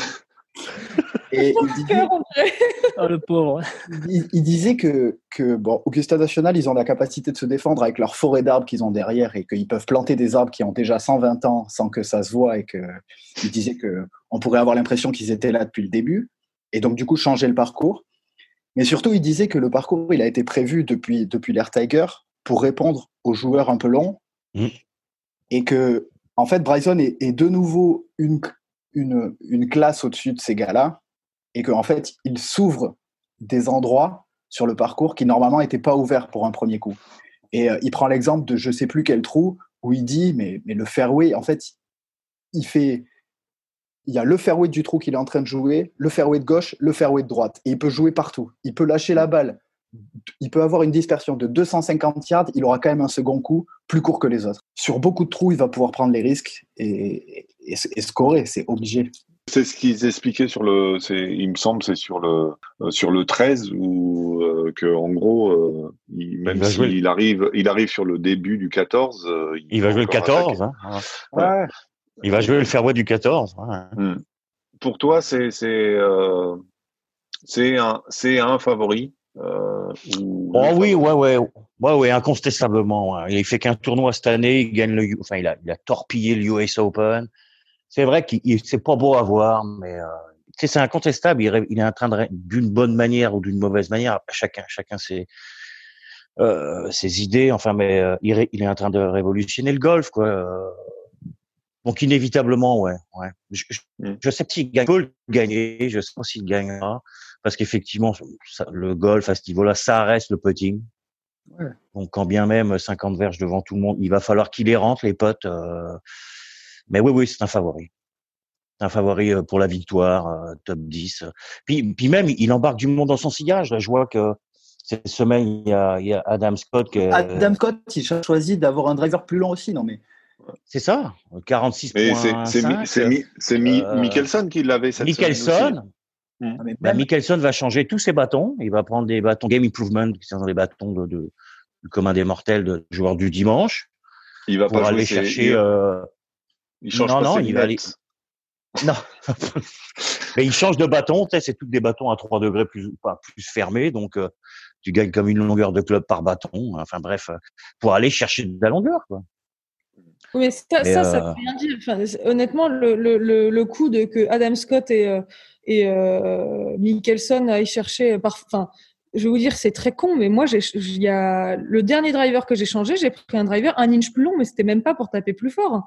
Et il, disait, oh, le pauvre. Il, il disait que, que bon, Augusta National, ils ont la capacité de se défendre avec leur forêt d'arbres qu'ils ont derrière et qu'ils peuvent planter des arbres qui ont déjà cent vingt ans sans que ça se voit. Et que, il disait qu'on pourrait avoir l'impression qu'ils étaient là depuis le début. Et donc, du coup, changer le parcours. Mais surtout, il disait que le parcours, il a été prévu depuis, depuis l'ère Tiger pour répondre aux joueurs un peu longs. Mmh. Et que, en fait, Bryson est, est de nouveau une, une, une classe au-dessus de ces gars-là. Et qu'en fait, il s'ouvre des endroits sur le parcours qui, normalement, n'étaient pas ouverts pour un premier coup. Et euh, il prend l'exemple de je ne sais plus quel trou où il dit, mais, mais le fairway, en fait, il fait... Il y a le fairway du trou qu'il est en train de jouer, le fairway de gauche, le fairway de droite. Et il peut jouer partout. Il peut lâcher la balle. Il peut avoir une dispersion de deux cent cinquante yards. Il aura quand même un second coup plus court que les autres. Sur beaucoup de trous, il va pouvoir prendre les risques et, et, et scorer. C'est obligé. C'est ce qu'ils expliquaient sur le, c'est, il me semble, c'est sur le, euh, sur le treize où, euh, que, en gros, euh, il, même s'il il arrive, il arrive sur le début du quatorze, euh, il, il va jouer le quatorze, hein. Ouais. ouais. Il va jouer le fairway du quatorze. Ouais. Mmh. Pour toi, c'est c'est euh, c'est un c'est un favori. Euh, ou oh oui, ouais, ouais, ouais, ouais, incontestablement. Ouais. Il fait qu'un tournoi cette année. Il gagne le, enfin, il a, il a torpillé le U S Open. C'est vrai qu'il c'est pas beau à voir, mais euh, tu sais, c'est incontestable. Il, il est en train de d'une bonne manière ou d'une mauvaise manière. Chacun, chacun ses euh, ses idées. Enfin, mais euh, il, il est en train de révolutionner le golf, quoi. Euh, Donc inévitablement, ouais, ouais. Je, je, je sais pas s'il gagne, il peut le gagner, je sais pas s'il gagnera, parce qu'effectivement, ça, le golf à ce niveau-là, ça reste le putting. Ouais. Donc quand bien même cinquante verges devant tout le monde, il va falloir qu'il les rentre les potes. Euh... Mais oui, oui, c'est un favori, c'est un favori pour la victoire, euh, top dix. Puis, puis même, il embarque du monde dans son sillage. Là, je vois que cette semaine, il y a, il y a Adam Scott. Que, Adam Scott, il a choisi d'avoir un driver plus long aussi, non mais. C'est ça, quarante-six point cinq. C'est, c'est, c'est, c'est euh, Mickelson qui l'avait cette Mickelson, semaine aussi. Mmh. Bah, Mickelson va changer tous ses bâtons. Il va prendre des bâtons Game Improvement, qui sont des bâtons de, de, du commun des mortels de joueurs du dimanche. Il va pour pas aller jouer chercher. Ses... Euh... Il change non, pas non, ses il va aller. Non, mais il change de bâton. Tu sais, c'est tous des bâtons à trois degrés plus, pas plus fermés, donc euh, tu gagnes comme une longueur de club par bâton. Enfin bref, pour aller chercher de la longueur, quoi. Oui, mais ça, mais ça, euh... ça veut rien dire. Enfin, honnêtement, le, le, le coup de que Adam Scott et, et euh, Mickelson aillent chercher, par, enfin, je vais vous dire, c'est très con, mais moi, j'ai, il y a le dernier driver que j'ai changé, j'ai pris un driver un inch plus long, mais c'était même pas pour taper plus fort.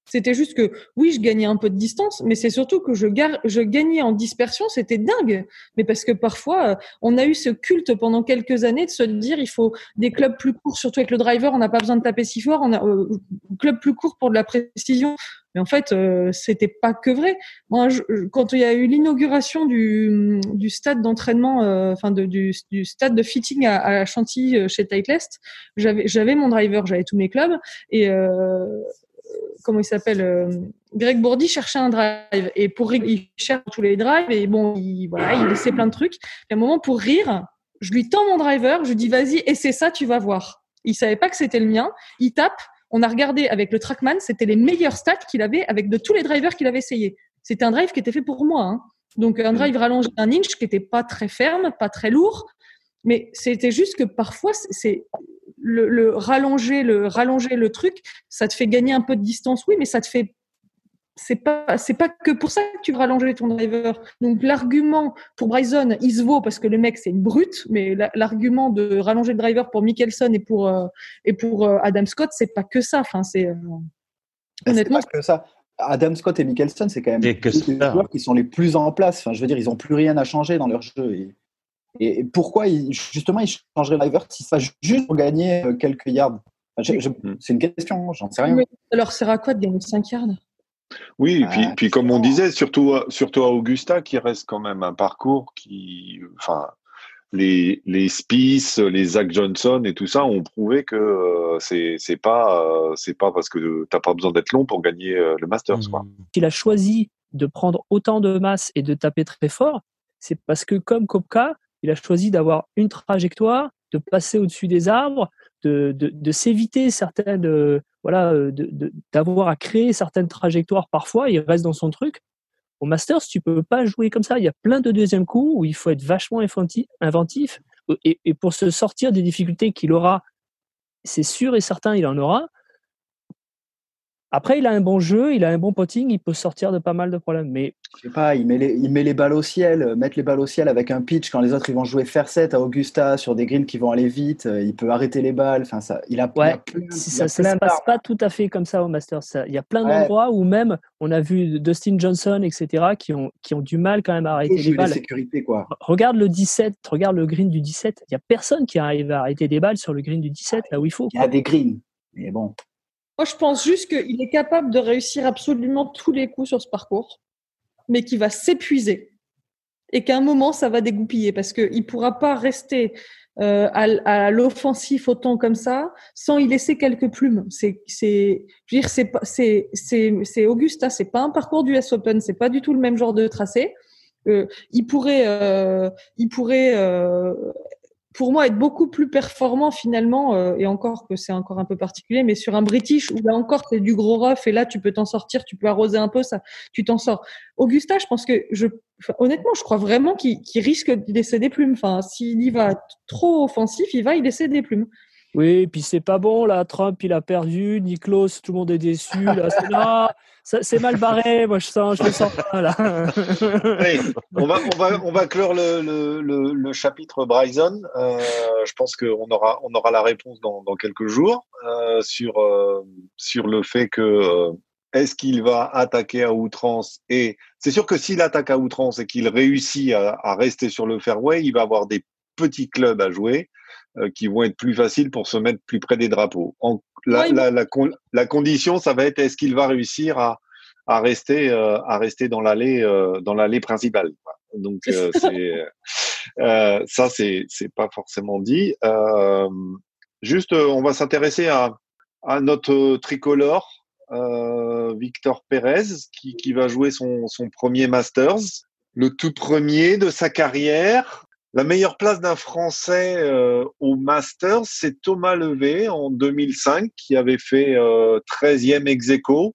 C'était juste que, oui, je gagnais un peu de distance, mais c'est surtout que je, gar- je gagnais en dispersion. C'était dingue. Mais parce que parfois, euh, on a eu ce culte pendant quelques années de se dire, il faut des clubs plus courts, surtout avec le driver, on n'a pas besoin de taper si fort. On a euh, club plus court pour de la précision. Mais en fait, euh, c'était pas que vrai. Moi, je, quand il y a eu l'inauguration du, du stade d'entraînement, euh, enfin de, du, du stade de fitting à, à Chantilly euh, chez Titleist, j'avais, j'avais mon driver, j'avais tous mes clubs et euh, comment il s'appelle euh, Greg Bourdi cherchait un drive et pour rire, il cherche tous les drives et bon, il, voilà, il laissait plein de trucs. Et à un moment, pour rire, je lui tends mon driver, je lui dis vas-y, et c'est ça, tu vas voir. Il savait pas que c'était le mien. Il tape. On a regardé avec le Trackman, c'était les meilleurs stats qu'il avait avec de tous les drivers qu'il avait essayé. C'était un drive qui était fait pour moi. Hein. Donc un drive rallongé d'un inch qui était pas très ferme, pas très lourd, mais c'était juste que parfois c'est le, le rallonger, le rallonger le truc, ça te fait gagner un peu de distance, oui, mais ça te fait c'est pas c'est pas que pour ça que tu vas rallonger ton driver. Donc l'argument pour Bryson, il se vaut parce que le mec c'est une brute, mais la, l'argument de rallonger le driver pour Mickelson et pour euh, et pour euh, Adam Scott, c'est pas que ça. Enfin c'est euh, honnêtement c'est pas que ça. Adam Scott et Mickelson, c'est quand même C'est que deux des ça. joueurs qui sont les plus en place. Enfin, je veux dire, ils n'ont plus rien à changer dans leur jeu. Et, et, et pourquoi ils, justement ils changeraient le driver si ça juste pour gagner euh, quelques yards? Enfin, je, je, c'est une question, j'en sais rien. Mais ça leur sert à quoi de gagner cinq yards? Oui, et puis, Ah, puis comme on non. disait, surtout, à- surtout à Augusta, qui reste quand même un parcours qui, enfin, les les Spieth, les Zach Johnson et tout ça ont prouvé que euh, c'est c'est pas euh, c'est pas parce que t'as pas besoin d'être long pour gagner euh, le Masters, quoi. S'il a choisi de prendre autant de masse et de taper très fort, c'est parce que comme Koepka, il a choisi d'avoir une trajectoire, de passer au-dessus des arbres, de, de, de s'éviter certaines, euh, voilà, euh, de, de, d'avoir à créer certaines trajectoires parfois. Il reste dans son truc. Au Masters, tu peux pas jouer comme ça. Il y a plein de deuxième coups où il faut être vachement inventif, inventif et, et pour se sortir des difficultés qu'il aura, c'est sûr et certain, il en aura. Après, il a un bon jeu, il a un bon potting, il peut sortir de pas mal de problèmes. Mais Je sais pas, il met, les, il met les balles au ciel, euh, mettre les balles au ciel avec un pitch quand les autres ils vont jouer faire set à Augusta sur des greens qui vont aller vite, euh, il peut arrêter les balles. Enfin, ça, il a, il a ouais, plein, si il a ça ne se plein passe d'armes. pas tout à fait comme ça au Masters. Ça, il y a plein Ouais, d'endroits où même on a vu Dustin Johnson, et cetera, qui ont, qui ont du mal quand même à faut arrêter les jouer les balles. sécurités, quoi. Regarde le dix-sept, regarde le green du dix-sept. Il n'y a personne qui arrive à arrêter des balles sur le green du dix-sept, là où il faut. Il y a des greens, mais bon. Moi, je pense juste qu'il est capable de réussir absolument tous les coups sur ce parcours, mais qu'il va s'épuiser et qu'à un moment, ça va dégoupiller parce qu'il ne pourra pas rester euh, à, à l'offensif autant comme ça sans y laisser quelques plumes. C'est, c'est, je veux dire, c'est, c'est, c'est, c'est Augusta, c'est pas un parcours du U S Open, c'est pas du tout le même genre de tracé. Euh, il pourrait, euh, il pourrait euh, pour moi, être beaucoup plus performant finalement, euh, et encore que c'est encore un peu particulier, mais sur un British où là encore c'est du gros rough et là tu peux t'en sortir, tu peux arroser un peu, ça, tu t'en sors. Augusta, je pense que je, enfin, honnêtement, je crois vraiment qu'il, qu'il risque de laisser des plumes. Enfin, s'il y va trop offensif, il va y laisser des plumes. Oui, puis c'est pas bon, là, Trump, il a perdu, Niklos, tout le monde est déçu, là, c'est là, ça, c'est mal barré, moi, je sens, je le sens pas, là. Allez, on va, on va, on va clore le, le, le, le chapitre Bryson. Euh, je pense qu'on aura, on aura la réponse dans, dans quelques jours euh, sur, euh, sur le fait que euh, est-ce qu'il va attaquer à outrance. Et c'est sûr que s'il attaque à outrance et qu'il réussit à, à rester sur le fairway, il va avoir des petits clubs à jouer euh, qui vont être plus faciles pour se mettre plus près des drapeaux. En, la, Ouais, la, la, la condition, ça va être est-ce qu'il va réussir à à rester euh, à rester dans l'allée euh, dans l'allée principale, quoi. Donc euh, c'est euh, ça c'est c'est pas forcément dit. Euh, juste euh, on va s'intéresser à à notre tricolore euh, Victor Pérez qui qui va jouer son son premier Masters, le tout premier de sa carrière. La meilleure place d'un Français euh, au Masters, c'est Thomas Levé en deux mille cinq qui avait fait euh, treizième ex-aequo,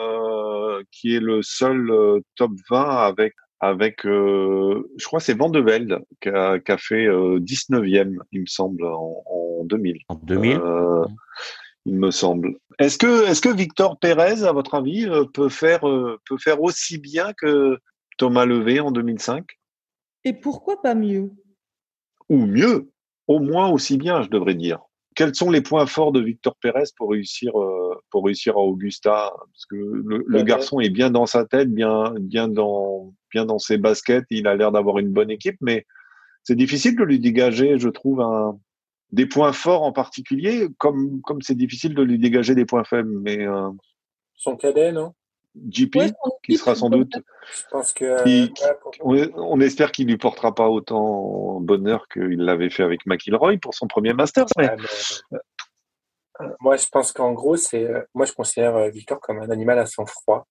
euh, qui est le seul euh, top vingt avec avec euh, je crois que c'est Van de Velde qui a, qui a fait euh, dix-neuvième, il me semble, en, en deux mille. En deux mille Euh, il me semble. Est-ce que est-ce que Victor Pérez, à votre avis, euh, peut faire euh, peut faire aussi bien que Thomas Levé en deux mille cinq? et pourquoi pas mieux? Ou mieux, au moins aussi bien, je devrais dire. quels sont les points forts de Victor Pérez pour réussir, euh, pour réussir à Augusta? Parce que le, le garçon est bien dans sa tête, bien, bien dans, bien dans ses baskets. Il a l'air d'avoir une bonne équipe, mais c'est difficile de lui dégager, je trouve, un, des points forts en particulier, comme, comme c'est difficile de lui dégager des points faibles. Mais euh, son cadet, non? J P, Ouais, qui sera sans doute, Je pense que euh, qui, qui- ouais, pour- on, on espère qu'il lui portera pas autant bonheur qu'il l'avait fait avec McIlroy pour son premier Masters. Mais ouais, mais, euh, moi, je pense qu'en gros, c'est euh, moi, je considère euh, Victor comme un animal à sang froid.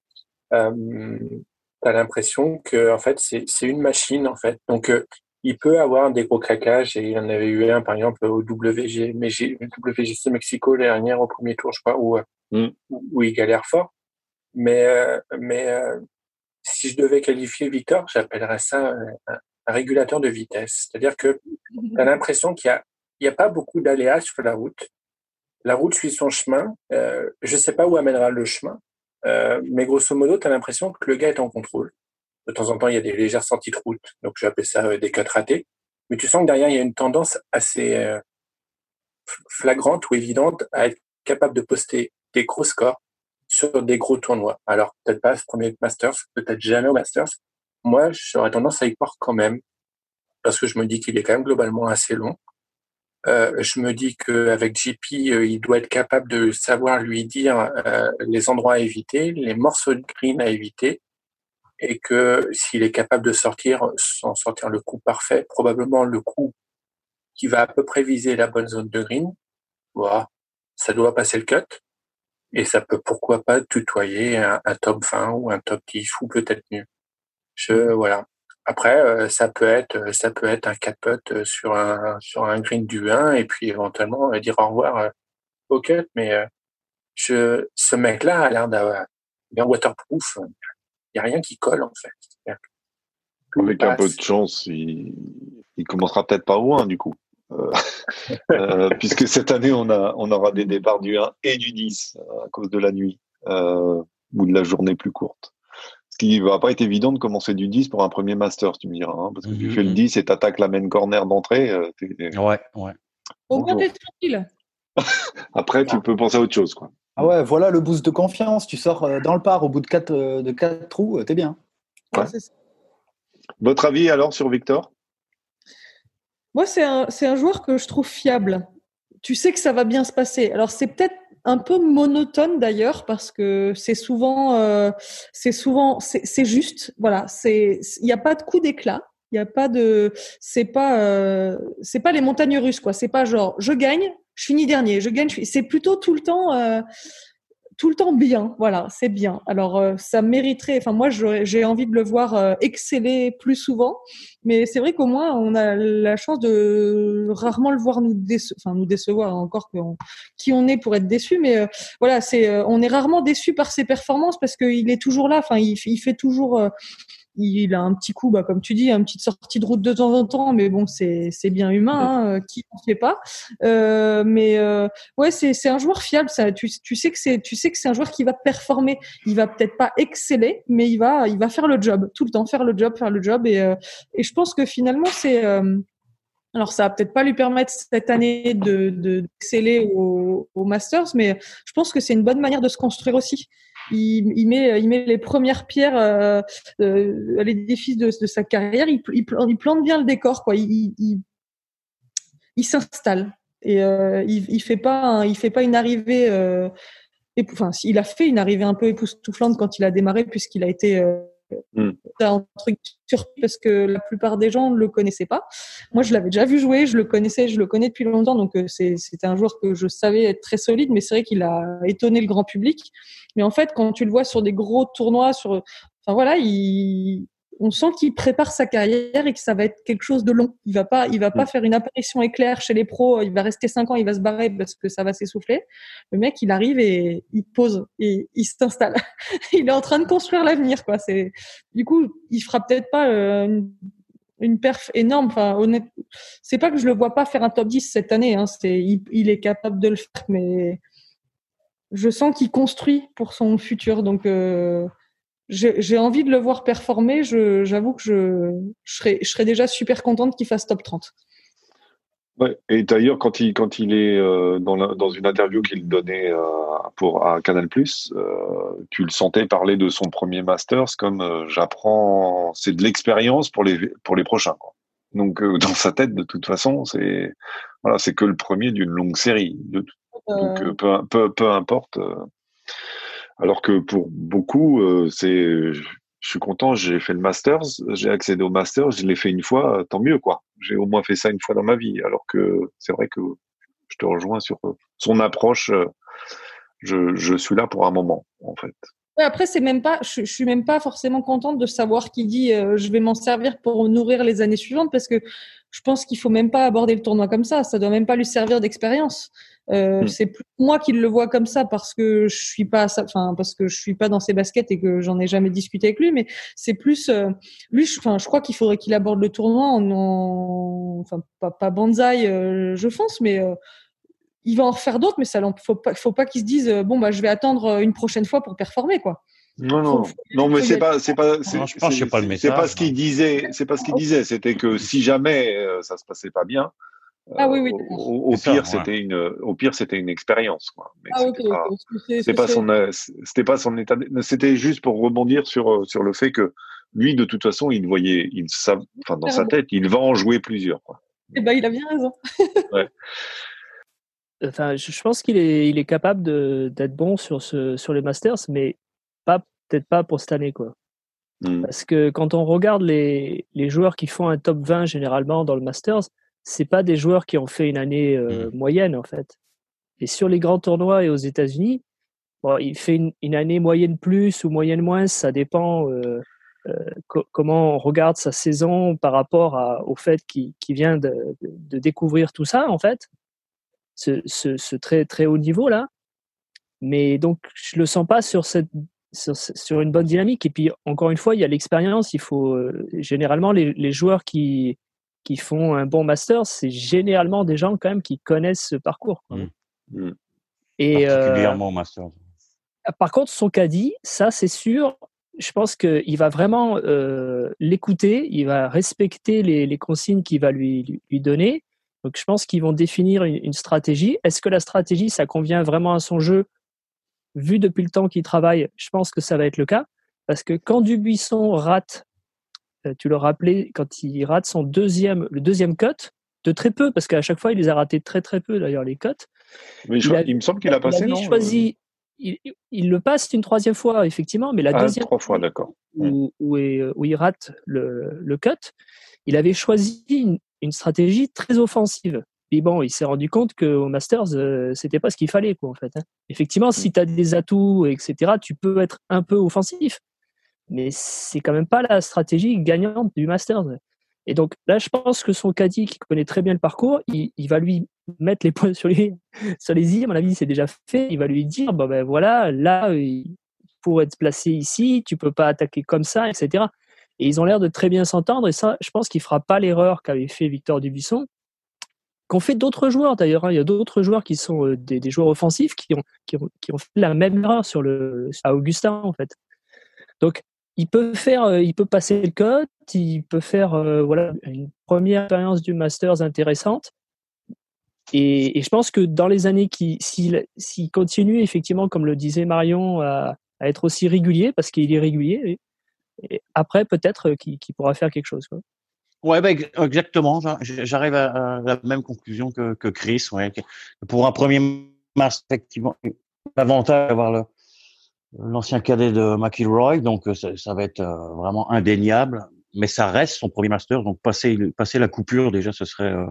Euh, T'as l'impression que en fait, c'est c'est une machine en fait. Donc, euh, il peut avoir des gros craquages et il en avait eu un par exemple au W G, mais j'ai W G C Mexico l'année dernière au premier tour, je crois, où Mm. où, où il galère fort. Mais euh, mais euh, si je devais qualifier Victor, j'appellerais ça un, un- un régulateur de vitesse. C'est-à-dire que tu as l'impression qu'il y a, il y a pas beaucoup d'aléas sur la route. La route suit son chemin. Euh, je sais pas où amènera le chemin, euh, mais grosso modo, tu as l'impression que le gars est en contrôle. De temps en temps, il y a des légères sorties de route, donc je vais appeler ça euh, des cuts ratés. Mais tu sens que derrière, il y a une tendance assez euh, flagrante ou évidente à être capable de poster des gros scores sur des gros tournois. Alors, peut-être pas ce premier Masters, peut-être jamais au Masters. Moi, j'aurais tendance à y croire quand même, parce que je me dis qu'il est quand même globalement assez long. Euh, je me dis qu'avec J P, euh, il doit être capable de savoir lui dire euh, les endroits à éviter, les morceaux de green à éviter, et que s'il est capable de sortir, sans sortir le coup parfait, probablement le coup qui va à peu près viser la bonne zone de green, voilà, ça doit passer le cut. Et ça peut pourquoi pas tutoyer un, un top vingt ou un top dix ou peut-être mieux. Je voilà. Après euh, ça peut être ça peut être un quatre putt sur un sur un green du un et puis éventuellement euh, dire au revoir euh, au cut, mais euh, je ce mec-là a l'air d'avoir bien waterproof, il y a rien qui colle en fait. C'est-à-dire que Avec un peu passe. de chance, il, il commencera peut-être pas au un du coup. Euh, euh, puisque cette année, on, a, on aura des départs du un et du dix euh, à cause de la nuit euh, ou de la journée plus courte. Ce qui va pas être évident de commencer du dix pour un premier Master, tu me diras, hein, parce que tu Mhm, fais le mhm. dix et t'attaques la main corner d'entrée. Euh, t'es- t'es- Ouais, ouais. Au moins, Bonjour. t'es tranquille. Après, tu peux penser à autre chose, quoi. Ah ouais, voilà le boost de confiance. Tu sors euh, dans le par au bout de quatre, euh, de quatre trous, euh, t'es bien. Ouais. Ouais, c'est ça. Votre avis alors sur Victor? Moi, c'est un, c'est un joueur que je trouve fiable. Tu sais que ça va bien se passer. Alors, c'est peut-être un peu monotone d'ailleurs parce que c'est souvent, euh, c'est souvent, c'est, c'est juste. Voilà, c'est, il n'y a pas de coup d'éclat. Il y a pas de, c'est pas, euh, c'est pas les montagnes russes quoi. C'est pas genre je gagne, je finis dernier, je gagne. Je finis... C'est plutôt tout le temps. Euh, tout le temps bien, voilà, c'est bien. Alors euh, ça mériterait, enfin moi j'aurais- j'ai envie de le voir euh, exceller plus souvent, mais c'est vrai qu'au moins on a la chance de rarement le voir nous, déce- enfin, nous décevoir, encore que on- qui on est pour être déçu, mais euh, voilà, c'est, euh, on est rarement déçu par ses performances parce qu'il est toujours là, enfin il, il fait toujours, euh, il a un petit coup, bah, comme tu dis, une petite sortie de route de temps en temps, mais bon, c'est c'est bien humain, hein, euh, qui n'en fait pas. Euh, mais euh, ouais, c'est c'est un joueur fiable. Ça, tu tu sais que c'est tu sais que c'est un joueur qui va performer. Il va peut-être pas exceller, mais il va il va faire le job tout le temps, faire le job, faire le job. Et euh, et je pense que finalement c'est euh, alors, ça va peut-être pas lui permettre cette année de, de d'exceller au, au Masters, mais je pense que c'est une bonne manière de se construire aussi. Il, il met, il met les premières pierres euh, euh, à l'édifice de, de sa carrière. Il, il, plante, il plante bien le décor, quoi. Il, il, il s'installe et euh, il, il fait pas, un, il fait pas une arrivée. Euh, épou- enfin, il a fait une arrivée un peu époustouflante quand il a démarré, puisqu'il a été euh, Mm. un truc surpris parce que la plupart des gens ne le connaissaient pas. Moi, je l'avais déjà vu jouer, je le connaissais, je le connais depuis longtemps, donc euh, c'est, c'était un joueur que je savais être très solide, mais c'est vrai qu'il a étonné le grand public. Mais en fait, quand tu le vois sur des gros tournois, sur, enfin voilà, il, on sent qu'il prépare sa carrière et que ça va être quelque chose de long. Il va pas, il va pas Mm. faire une apparition éclair chez les pros. Il va rester cinq ans, il va se barrer parce que ça va s'essouffler. Le mec, il arrive et il pose et il s'installe. Il est en train de construire l'avenir, quoi. C'est, du coup, il fera peut-être pas euh, une, une perf énorme. Enfin, honnête, c'est pas que je le vois pas faire un top dix cette année. Hein. C'est, il, il est capable de le faire, mais je sens qu'il construit pour son futur. Donc, euh, j'ai, j'ai envie de le voir performer. Je, j'avoue que je, je serais, je serais déjà super contente qu'il fasse top trente. Ouais. Et d'ailleurs, quand il quand il est euh, dans la, dans une interview qu'il donnait euh, pour à Canal+, euh, tu le sentais parler de son premier Masters comme euh, j'apprends, c'est de l'expérience pour les pour les prochains, quoi. Donc euh, dans sa tête, de toute façon, c'est voilà, c'est que le premier d'une longue série. De, donc Euh, euh, peu peu peu importe. euh, Alors que pour beaucoup, euh, c'est, je je suis content, j'ai fait le Masters, j'ai accédé au Masters, je l'ai fait une fois, tant mieux, quoi. J'ai au moins fait ça une fois dans ma vie. Alors que c'est vrai que je te rejoins sur euh, son approche. euh, Je, je suis là pour un moment, en fait. Ouais, après, c'est même pas, je, je suis même pas forcément contente de savoir qui dit euh, je vais m'en servir pour nourrir les années suivantes parce que je pense qu'il faut même pas aborder le tournoi comme ça. Ça doit même pas lui servir d'expérience. Euh, Mm. c'est plus moi qui le vois comme ça parce que je suis pas, à sa- enfin parce que je suis pas dans ses baskets et que j'en ai jamais discuté avec lui. Mais c'est plus euh, lui. je- Enfin, je crois qu'il faudrait qu'il aborde le tournoi en, en- enfin pas, pas bonsaï, euh, je pense, mais euh, il va en refaire d'autres, mais ça, faut pas, faut pas qu'il se dise euh, bon bah je vais attendre euh, une prochaine fois pour performer quoi. Non, Faut, non, faut y non, aller, mais faut y c'est aller. pas, c'est pas, Non, c'est, je pense que c'est, c'est pas le c'est c'est pas message. ce qu'il disait, c'est pas ce qu'il disait. C'était que si jamais euh, ça se passait pas bien, Ah euh, oui oui d'accord. au, au C'est ça, pire ouais. c'était une, au pire c'était une expérience, quoi. Mais Ah ok c'était pas, ok. C'est- c'était Ce pas serait. son, euh, c'était pas son état. d'- C'était juste pour rebondir sur euh, sur le fait que lui, de toute façon, il voyait, il sav- enfin dans sa tête, il va en jouer plusieurs, quoi. Eh ben il a bien raison. Ouais. Enfin, je je pense qu'il est, il est capable de, d'être bon sur, ce, sur les Masters, mais pas, peut-être pas pour cette année, quoi. Mm. Parce que quand on regarde les, les joueurs qui font un top vingt généralement dans le Masters, c'est pas des joueurs qui ont fait une année euh, Mhm. moyenne, en fait. Et sur les grands tournois et aux États-Unis, bon, il fait une, une année moyenne plus ou moyenne moins, ça dépend euh, euh, co- comment on regarde sa saison par rapport à- au fait qu'il qu'il vient de, de- de découvrir tout ça, en fait, ce, ce- ce très, très haut niveau-là. Mais donc, je le sens pas sur, cette, sur, sur une bonne dynamique. Et puis, encore une fois, il y a l'expérience. Il faut, euh, généralement, les, les joueurs qui, qui font un bon master, c'est généralement des gens quand même qui connaissent ce parcours, quoi. Mhm. Mm. Et euh, Particulièrement au Masters. par contre, son caddie, ça, c'est sûr. Je pense qu'il va vraiment euh, l'écouter, il va respecter les, les consignes qu'il va lui, lui, lui donner. Donc, je pense qu'ils vont définir une, une stratégie. Est-ce que la stratégie, ça convient vraiment à son jeu? Vu depuis le temps qu'il travaille, je pense que ça va être le cas. Parce que quand Dubuisson rate, euh, tu le rappelais, quand il rate son deuxième, le deuxième cut, de très peu, parce qu'à chaque fois, il les a ratés très très peu d'ailleurs, les cuts. Mais je Il, crois- a, il me semble qu'il a il passé, avait non? euh, choisi, il, il le passe une troisième fois, effectivement, mais la Ah, deuxième trois fois, d'accord. Mm. où, où, est- où il rate le, le cut, il avait choisi une, une stratégie très offensive. Et bon, il s'est rendu compte qu'au Masters, euh, c'était pas ce qu'il fallait, quoi, en fait, hein. Effectivement, Mm. si tu as des atouts, et cetera, tu peux être un peu offensif, mais c'est quand même pas la stratégie gagnante du Masters. Et donc là, je pense que son caddie, qui connaît très bien le parcours, il, il va lui mettre les points sur les, sur les i. À mon avis, c'est déjà fait. Il va lui dire, bon ben voilà, là, il- pour être placé ici, tu peux pas attaquer comme ça, et cetera. Et ils ont l'air de très bien s'entendre. Et ça, je pense qu'il fera pas l'erreur qu'avait fait Victor Dubuisson, qu'ont fait d'autres joueurs d'ailleurs, hein. Il y a d'autres joueurs qui sont euh, des, des joueurs offensifs qui ont, qui, ont, qui ont fait la même erreur sur le, à Augustin, en fait. Donc, il peut faire, euh, il peut passer le code, il peut faire euh, voilà une première expérience du Masters intéressante. Et, et je pense que dans les années qui, s'il, s'il continue effectivement, comme le disait Marion, à, à être aussi régulier, parce qu'il est régulier, et, et après peut-être qu'il, qu'il pourra faire quelque chose, quoi. Ouais, bah, ex- exactement. J'a- J'arrive à, à la même conclusion que, que Chris. Ouais. Que pour un premier Masters, effectivement, l'avantage d'avoir le, l'ancien cadet de McIlroy, donc euh, ça, ça va être euh, vraiment indéniable. Mais ça reste son premier Masters, donc passer, passer la coupure déjà, ce serait, euh,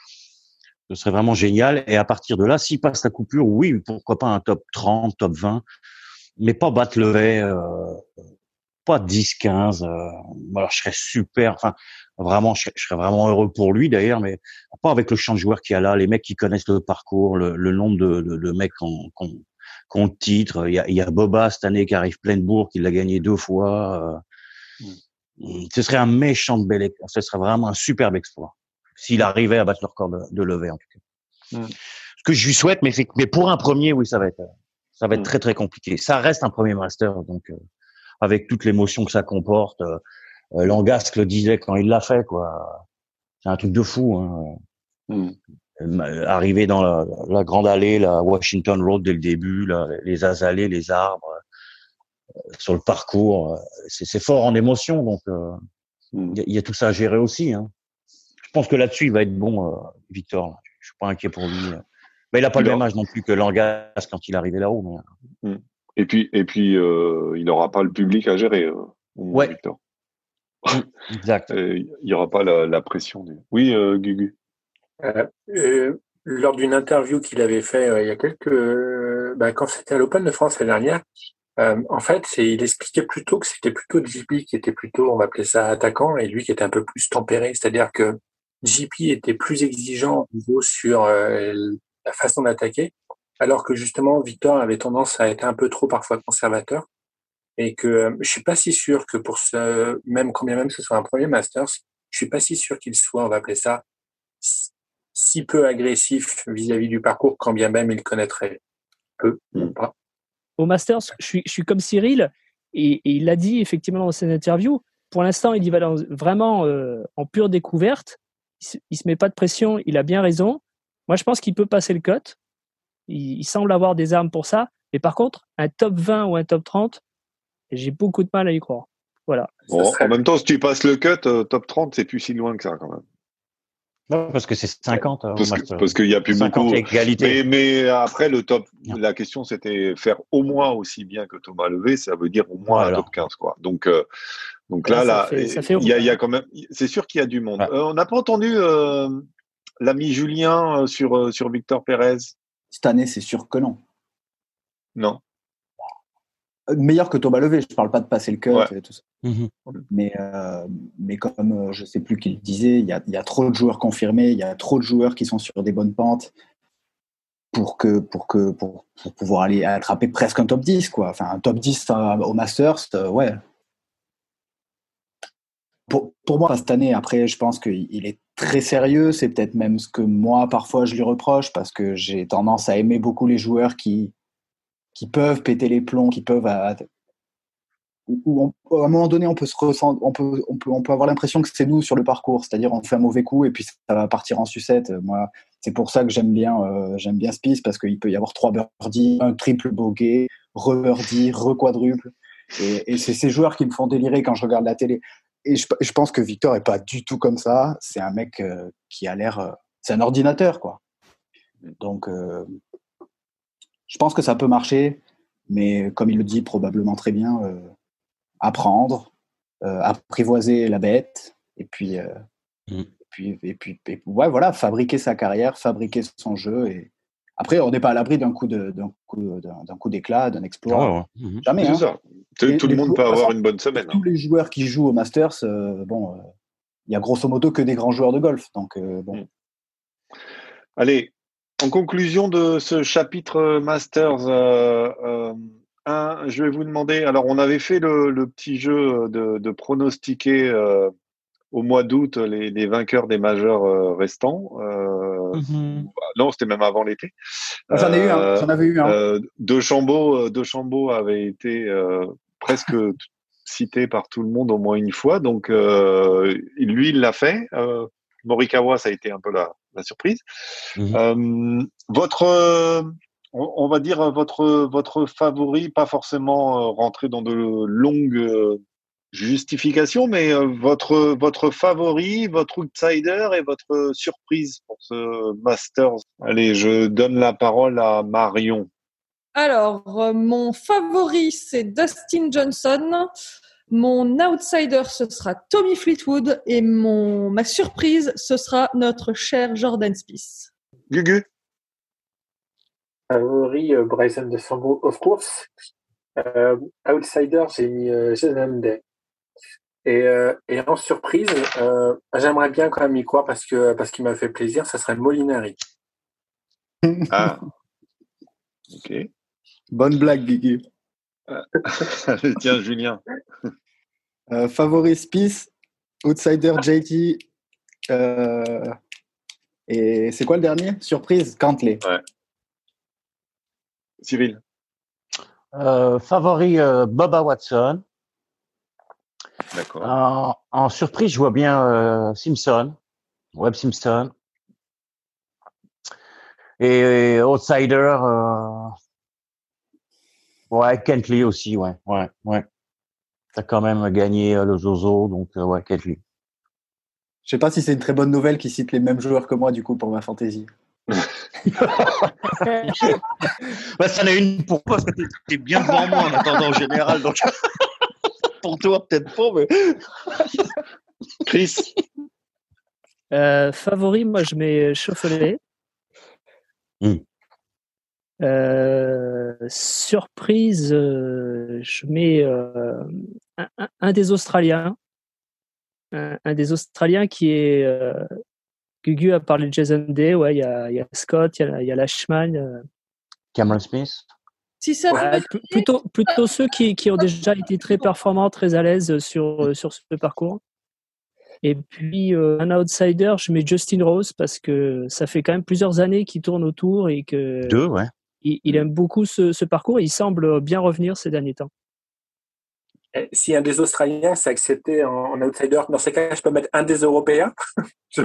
ce serait vraiment génial. Et à partir de là, s'il passe la coupure, oui, pourquoi pas un top trente, top vingt, mais pas battre le euh, pas dix, quinze. Euh, voilà, je serais super. Enfin, vraiment, je serais, je serais vraiment heureux pour lui d'ailleurs, mais pas avec le champ de joueurs qu'il y a là, les mecs qui connaissent le parcours, le, le nombre de, de, de mecs qu'on qu'on qu'on titre. Il y a, il y a Boba cette année qui arrive plein de bourg, qui l'a gagné deux fois. Euh, ce serait un méchant de bel exploit. Ce serait vraiment un superbe exploit s'il arrivait à battre le record de, de levée en tout cas. Mm. Ce que je lui souhaite, mais, mais pour un premier, oui, ça va être, ça va être Mm. très très compliqué. Ça reste un premier master, donc euh, avec toute l'émotion que ça comporte. Euh, Langasque le disait quand il l'a fait, quoi. C'est un truc de fou, hein. Mm. Euh, Arriver dans la, la grande allée, la Washington Road dès le début, là, les azalées, les arbres, euh, sur le parcours, euh, c'est, c'est fort en émotion. Donc, il euh, Mm. y, a, y a tout ça à gérer aussi. Hein. Je pense que là-dessus, il va être bon, euh, Victor. Là. Je suis pas inquiet pour lui. Mais il a pas Il le a- même âge non plus que Langas quand il est arrivé là-haut. Mais... Mm. Et puis, et puis euh, il n'aura pas le public à gérer, euh, Ouais, Victor. mm, exact. Euh, Il n'y aura pas la, la pression. Du... Oui, euh, Gugu. Euh, euh, lors d'une interview qu'il avait fait euh, il y a quelques, euh, bah, quand c'était à l'Open de France l'année dernière, euh, en fait, c'est, il expliquait plutôt que c'était plutôt J P qui était plutôt, on va appeler ça attaquant, et lui qui était un peu plus tempéré, c'est-à-dire que J P était plus exigeant au niveau sur euh, la façon d'attaquer, alors que justement Victor avait tendance à être un peu trop parfois conservateur, et que euh, je suis pas si sûr que pour ce, même quand bien même ce soit un premier Masters, je suis pas si sûr qu'il soit, on va appeler ça si peu agressif vis-à-vis du parcours, quand bien même il connaîtrait peu ou Mm. pas. Au Masters, je suis, je suis comme Cyril, et, et il l'a dit effectivement dans ses interviews. Pour l'instant, il y va dans, vraiment euh, en pure découverte. Il ne se met pas de pression, il a bien raison. Moi, je pense qu'il peut passer le cut. Il, il semble avoir des armes pour ça. Mais par contre, un top vingt ou un top trente, j'ai beaucoup de mal à y croire. Voilà. Bon, serait... En même temps, si tu passes le cut, euh, top trente, c'est plus si loin que ça quand même. Non, parce que c'est cinquante euh, au Parce que, Master. parce qu'il n'y a plus cinquante beaucoup. égalité. Mais, mais après, le top, Non. la question, c'était faire au moins aussi bien que Thomas Levé, ça veut dire au moins Voilà. un top quinze, quoi. Donc, euh, donc Là, là, ça là, fait- ça fait il y a, haut, il y a hein. quand même, c'est sûr qu'il y a du monde. Ouais. Euh, on n'a pas entendu euh, l'ami Julien euh, sur, euh, sur Victor Pérez? Cette année, c'est sûr que non. Non. Euh, Meilleur que Thomas Levé, je ne parle pas de passer le cut Ouais. et tout ça. Mhm. Mais, euh, mais comme euh, je ne sais plus qui le disait, il y a, il y a trop de joueurs confirmés, il y a trop de joueurs qui sont sur des bonnes pentes pour, que, pour, que, pour, pour pouvoir aller attraper presque un top dix, quoi. Enfin, un top dix euh, au Masters, euh, ouais. Pour, pour moi, cette année, après, je pense qu'il est très sérieux. C'est peut-être même ce que moi, parfois, je lui reproche parce que j'ai tendance à aimer beaucoup les joueurs qui, qui peuvent péter les plombs, qui peuvent... À, où on, à un moment donné, on peut, se ressent, on peut, on peut, on peut avoir l'impression que c'est nous sur le parcours. C'est-à-dire, on fait un mauvais coup et puis ça va partir en sucette. Moi, c'est pour ça que j'aime bien, euh, j'aime bien Spieth parce qu'il peut y avoir trois birdies, un triple bogey, re-birdie, re-quadruple. Et, et c'est ces joueurs qui me font délirer quand je regarde la télé. Et je, je pense que Victor est pas du tout comme ça. C'est un mec euh, qui a l'air... Euh, c'est un ordinateur, quoi. Donc, euh, je pense que ça peut marcher. Mais comme il le dit probablement très bien... Euh, apprendre, euh, apprivoiser la bête, et puis, euh, mm. et puis, et puis, et, ouais, voilà, fabriquer sa carrière, fabriquer son jeu. Et après, on n'est pas à l'abri d'un coup de, d'un coup, d'un, d'un coup d'éclat, d'un exploit. Oh, ouais. Mm-hmm. C'est Jamais. Hein. ça. Les, tout le monde peut avoir façon, une bonne semaine. Tous hein. les joueurs qui jouent au Masters, euh, bon, il euh, y a grosso modo que des grands joueurs de golf. Donc, euh, bon. Mm. Allez, en conclusion de ce chapitre Masters, euh, euh, un, je vais vous demander, alors on avait fait le, le petit jeu de, de pronostiquer euh, au mois d'août les, les vainqueurs des majeurs euh, restants. Euh, mm-hmm. Non, c'était même avant l'été. Ah, j'en ai eu un, j'en avais eu un. Euh, De Chambaud, De Chambaud avait été euh, presque cité par tout le monde au moins une fois, donc euh, lui, il l'a fait. Euh, Morikawa, ça a été un peu la, la surprise. Mm-hmm. Euh, votre... on va dire votre votre favori, pas forcément euh, rentrer dans de longues euh, justifications, mais euh, votre votre favori, votre outsider et votre surprise pour ce Masters. Allez, je donne la parole à Marion. Alors, euh, mon favori, c'est Dustin Johnson. Mon outsider, ce sera Tommy Fleetwood. Et mon ma surprise, ce sera notre cher Jordan Spieth. Gugu. Favori, euh, Bryson DeChambeau, of course. Euh, outsider, j'ai mis euh, Jason Day. Et, euh, et en surprise, euh, j'aimerais bien quand même y croire parce que parce qu'il m'a fait plaisir, ça serait Molinari. Ah, ok. Bonne blague, Gugu. Tiens, Julien. Euh, favori Spieth, outsider J T. Euh, et c'est quoi le dernier? Surprise, Cantlay. Ouais. Cyril. Euh, favori euh, Bubba Watson. D'accord. En, en surprise, je vois bien euh, Simpson, Webb Simpson. Et, et outsider, euh, ouais, Kentley aussi, ouais, ouais, ouais. T'as quand même gagné euh, le Zozo, donc euh, ouais, Kentley. Je sais pas si c'est une très bonne nouvelle qui cite les mêmes joueurs que moi, du coup, pour ma fantasy. Bah, ça en est une pour toi, parce que t'es, t'es bien devant moi en attendant en général, donc pour toi, peut-être pas, mais. Chris. Euh, favori, moi, je mets Chauffelet. Mm. Euh, surprise, euh, je mets euh, un, un, un des Australiens. Un, un des Australiens qui est. Euh, Gugu a parlé de Jason Day, ouais, il y a, y a Scott, il y a, y a Lashman. Euh, Cameron Smith. Si ça ouais, peut... plutôt, plutôt ceux qui, qui ont déjà été très performants, très à l'aise sur, sur ce parcours. Et puis, euh, un outsider, je mets Justin Rose parce que ça fait quand même plusieurs années qu'il tourne autour et que Deux, ouais. il, il aime beaucoup ce, ce parcours et il semble bien revenir ces derniers temps. Et si un des Australiens s'est accepté en, en outsider, dans ces cas, je peux mettre un des Européens. Je...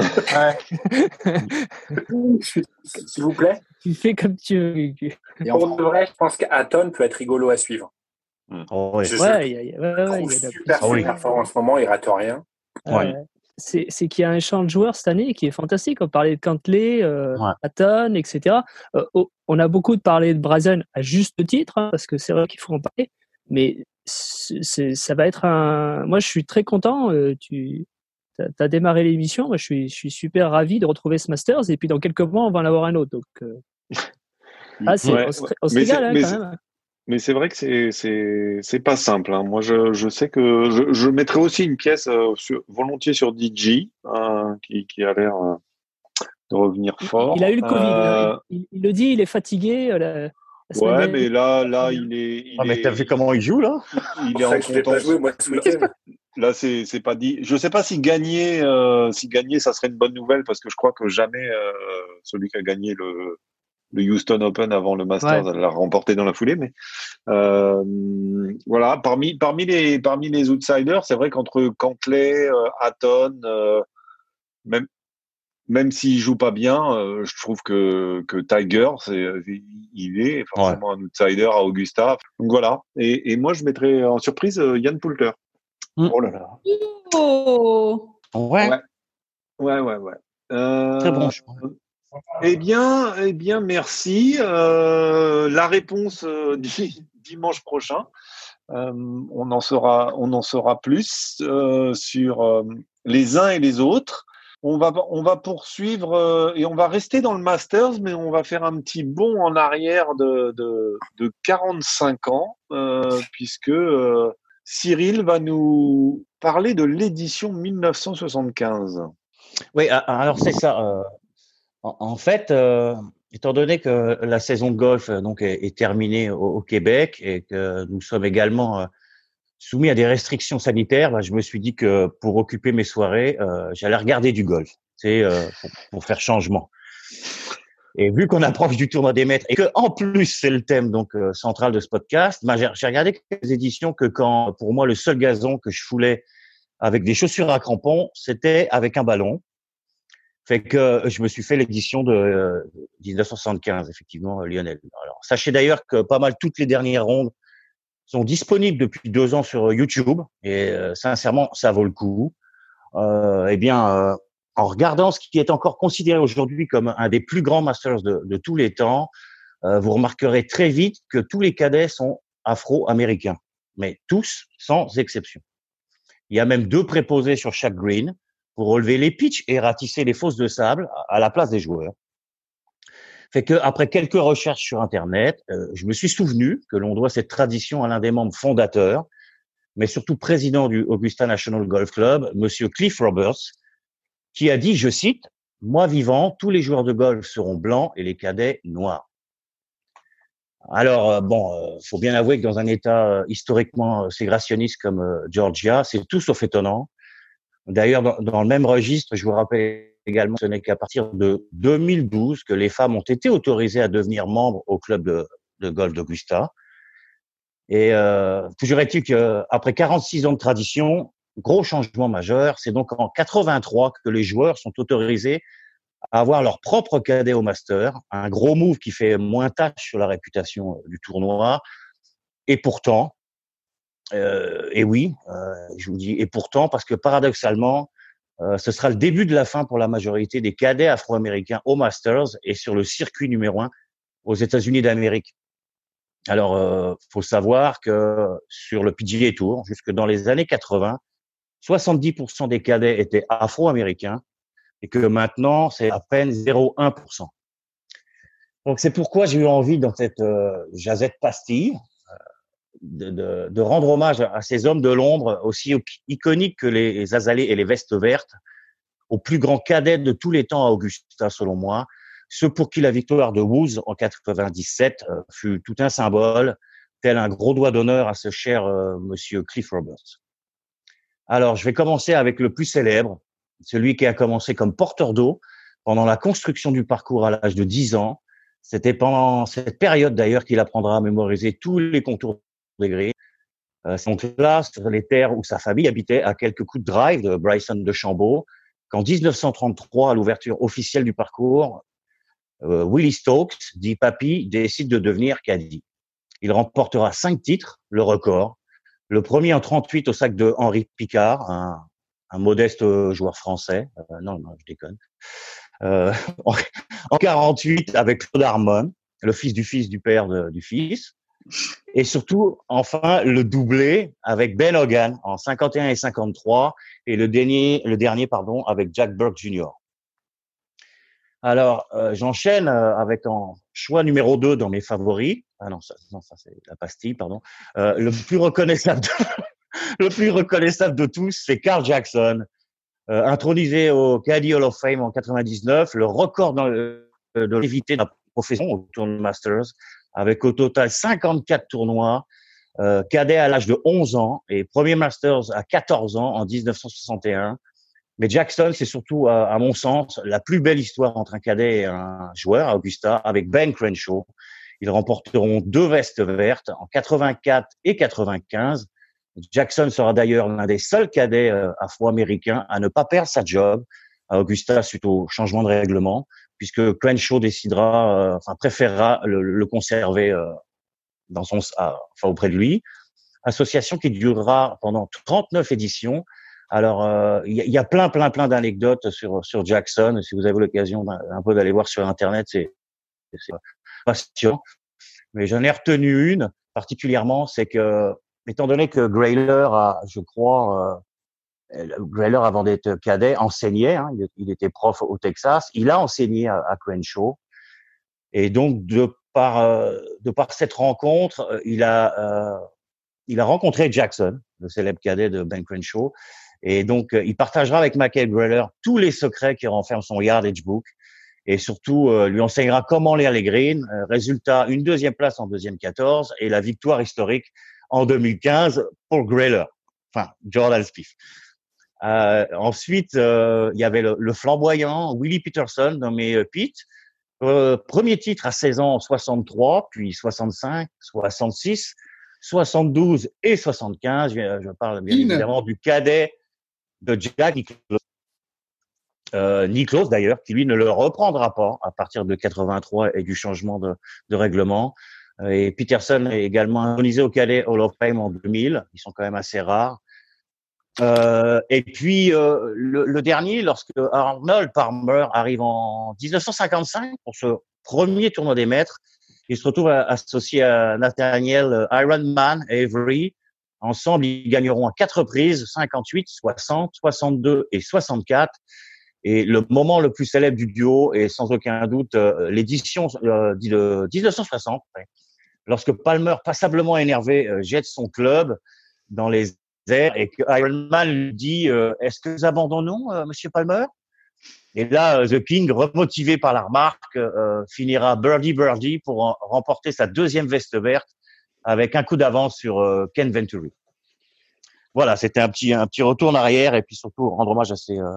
S'il vous plaît. Tu fais comme tu veux. Et Pour en... de vrai, je pense qu'Aton peut être rigolo à suivre. Oh, ouais. Je, Ouais, je il y a, ouais, ouais, trouve il y a super Ah oui. super fort en ce moment, il rate rien. Ouais. Ouais. C'est, c'est qu'il y a un champ de joueurs cette année qui est fantastique. On parlait de Cantley, euh, Ouais. Hatton, et cetera. Euh, oh, on a beaucoup de parlé de Brazen à juste titre, hein, parce que c'est vrai qu'il faut en parler. Mais c'est, c'est, ça va être un. Moi, je suis très content. Euh, tu as démarré l'émission. Moi, je suis, je suis super ravi de retrouver ce Masters. Et puis, dans quelques mois, on va en avoir un autre. Donc, euh... ah, c'est, Ouais, on se, ouais. on se Mais régale c'est- hein, mais quand c'est- même. Mais c'est vrai que c'est c'est c'est pas simple, hein. Moi, je, je sais que je, je mettrais aussi une pièce euh, sur- volontiers sur D J, hein, qui, qui a l'air euh, de revenir Il, fort. il a eu le Covid. Hein. Euh, Il, il- il le dit, il est fatigué. euh, La, la semaine ouais, mais dernière, là, pas là, très bien. il est, il Ah, mais t'as est, vu comment il joue, là? il, il C'est est pour ça en que je ne vais pas jouer, contention. moi, ce week-end. Là, c'est c'est pas dit. Je sais pas si gagner, euh, si gagner, ça serait une bonne nouvelle parce que je crois que jamais euh, celui qui a gagné le le Houston Open avant le Masters Ouais. l'a remporté dans la foulée. Mais euh, voilà, parmi parmi les parmi les outsiders, c'est vrai qu'entre Cantlay, euh, Hatton, euh, même même s'il joue pas bien, euh, je trouve que que Tiger, c'est il est Ouais. forcément un outsider à Augusta. Donc voilà. Et, et moi, je mettrais en surprise euh, Ian Poulter. Mm. Oh là là. Oh Ouais. Ouais. Ouais, ouais, ouais. Euh, Très bon choix. Eh bien, eh bien, merci. Euh, la réponse euh, di- dimanche prochain. Euh, on en saura, on en saura plus euh, sur euh, les uns et les autres. On va, on va poursuivre euh, et on va rester dans le Masters, mais on va faire un petit bond en arrière de, de, de quarante-cinq ans, euh, puisque euh, Cyril va nous parler de l'édition mille neuf cent soixante-quinze. Oui, a- alors c'est ça. euh, En, en fait, euh, étant donné que la saison de golf euh, donc est, est terminée au, au Québec et que nous sommes également euh, soumis à des restrictions sanitaires, bah, je me suis dit que pour occuper mes soirées, euh, j'allais regarder du golf, c'est euh, pour, pour faire changement. Et vu qu'on approche du tournoi des maîtres et que en plus c'est le thème donc euh, central de ce podcast, bah, j'ai, j'ai regardé quelques éditions que quand pour moi le seul gazon que je foulais avec des chaussures à crampons, c'était avec un ballon. Fait que je me suis fait l'édition de euh, dix-neuf cent soixante-quinze, effectivement, Lionel. Alors, sachez d'ailleurs que pas mal toutes les dernières rondes sont disponibles depuis deux ans sur YouTube et euh, sincèrement, ça vaut le coup. Euh, eh bien, euh, en regardant ce qui est encore considéré aujourd'hui comme un des plus grands Masters de, de tous les temps, euh, vous remarquerez très vite que tous les cadets sont afro-américains, mais tous sans exception. Il y a même deux préposés sur chaque green pour relever les pitchs et ratisser les fosses de sable à la place des joueurs. Fait que après quelques recherches sur Internet, euh, je me suis souvenu que l'on doit cette tradition à l'un des membres fondateurs, mais surtout président du Augusta National Golf Club, Monsieur Cliff Roberts, qui a dit, je cite, « Moi vivant, tous les joueurs de golf seront blancs et les cadets noirs. » Alors, euh, bon, euh, faut bien avouer que dans un État euh, historiquement euh, ségrationniste comme euh, Georgia, c'est tout sauf étonnant. D'ailleurs, dans, dans le même registre, je vous rappelle également que ce n'est qu'à partir de deux mille douze que les femmes ont été autorisées à devenir membres au club de, de golf d'Augusta. Et euh, toujours est-il qu'après quarante-six ans de tradition, gros changement majeur, c'est donc en quatre-vingt-trois que les joueurs sont autorisés à avoir leur propre cadet au Master, un gros move qui fait moins tâche sur la réputation du tournoi. Et pourtant, euh, et oui, euh, je vous dis, et pourtant, parce que paradoxalement, euh, ce sera le début de la fin pour la majorité des cadets afro-américains au Masters et sur le circuit numéro un aux États-Unis d'Amérique. Alors, euh, faut savoir que sur le P G A Tour, jusque dans les années quatre-vingts, soixante-dix pour cent des cadets étaient afro-américains et que maintenant, c'est à peine zéro virgule un pour cent. Donc, c'est pourquoi j'ai eu envie, dans cette euh, jazette pastille, euh, de, de, de rendre hommage à ces hommes de l'ombre aussi iconiques que les azalées et les vestes vertes, aux plus grands cadets de tous les temps à Augusta, selon moi, ceux pour qui la victoire de Woods en quatre-vingt-dix-sept euh, fut tout un symbole, tel un gros doigt d'honneur à ce cher euh, monsieur Cliff Roberts. Alors, je vais commencer avec le plus célèbre, celui qui a commencé comme porteur d'eau pendant la construction du parcours à l'âge de dix ans. C'était pendant cette période d'ailleurs qu'il apprendra à mémoriser tous les contours des grilles. Euh, donc là, sur les terres où sa famille habitait, à quelques coups de drive de Bryson DeChambeau, qu'en dix-neuf cent trente-trois, à l'ouverture officielle du parcours, euh, Willie Stokes, dit Papy, décide de devenir caddie. Il remportera cinq titres, le record. Le premier en trente-huit au sac de Henri Picard, un, un modeste joueur français. Euh, non, non, je déconne. Euh, en, en quarante-huit avec Claude Harmon, le fils du fils du père de, du fils. Et surtout, enfin, le doublé avec Ben Hogan en cinquante et un et cinquante-trois et le dernier, le dernier pardon, avec Jack Burke junior Alors, euh, j'enchaîne avec en choix numéro deux dans mes favoris. Ah non, ça, non, ça c'est la pastille, pardon. Euh, le plus reconnaissable, de, le plus reconnaissable de tous, c'est Carl Jackson, euh, intronisé au Caddy Hall of Fame en quatre-vingt-dix-neuf, le record dans le, de l'évité de la profession au Tournament Masters, avec au total cinquante-quatre tournois, euh, cadet à l'âge de onze ans et premier Masters à quatorze ans en dix-neuf cent soixante et un. Mais Jackson, c'est surtout, à, à mon sens, la plus belle histoire entre un cadet et un joueur à Augusta, avec Ben Crenshaw. Ils remporteront deux vestes vertes en quatre-vingt-quatre et quatre-vingt-quinze. Jackson sera d'ailleurs l'un des seuls cadets euh, afro-américains à ne pas perdre sa job à Augusta suite au changement de règlement, puisque Crenshaw décidera, euh, enfin préférera le, le conserver euh, dans son, euh, enfin auprès de lui. Association qui durera pendant trente-neuf éditions. Alors, il euh, y, y a plein, plein, plein d'anecdotes sur sur Jackson. Si vous avez l'occasion d'un, un peu d'aller voir sur Internet, c'est, c'est passionnant. Mais j'en ai retenu une particulièrement, c'est que, étant donné que Grayler a, je crois, euh, Grayler avant d'être cadet enseignait, hein, il, il était prof au Texas, il a enseigné à, à Crenshaw, et donc de par euh, de par cette rencontre, il a euh, il a rencontré Jackson, le célèbre cadet de Ben Crenshaw. Et donc, il partagera avec Michael Grayler tous les secrets qui renferment son yardage book et surtout euh, lui enseignera comment lire les greens. Euh, résultat, une deuxième place en deuxième quatorze et la victoire historique en deux mille quinze pour Grayler, enfin Jordan Spieth. Euh, ensuite, euh, il y avait le, le flamboyant Willie Peterson, nommé Pete. Euh, premier titre à seize ans en soixante-trois, puis soixante-cinq, soixante-six, soixante-douze et soixante-quinze. Je, je parle bien In. évidemment du cadet de Jack Nicklaus, euh, Nicklaus d'ailleurs, qui lui ne le reprendra pas à partir de quatre-vingt-trois et du changement de, de règlement. Et Peterson est également intronisé au cadet Hall of Fame en deux mille. Ils sont quand même assez rares. Euh, et puis euh, le, le dernier, lorsque Arnold Palmer arrive en dix-neuf cent cinquante-cinq pour ce premier tournoi des maîtres, il se retrouve associé à Nathaniel Ironman Avery. Ensemble, ils gagneront à quatre reprises, cinquante-huit, soixante, soixante-deux et soixante-quatre. Et le moment le plus célèbre du duo est sans aucun doute euh, l'édition euh, de dix-neuf cent soixante, lorsque Palmer, passablement énervé, euh, jette son club dans les airs et que Ironman lui dit euh, « Est-ce que nous abandonnons, euh, Monsieur Palmer ?» Et là, The King, remotivé par la remarque, euh, finira birdie birdie pour en remporter sa deuxième veste verte avec un coup d'avance sur euh, Ken Venturi. Voilà, c'était un petit un petit retour en arrière et puis surtout rendre hommage à ces euh,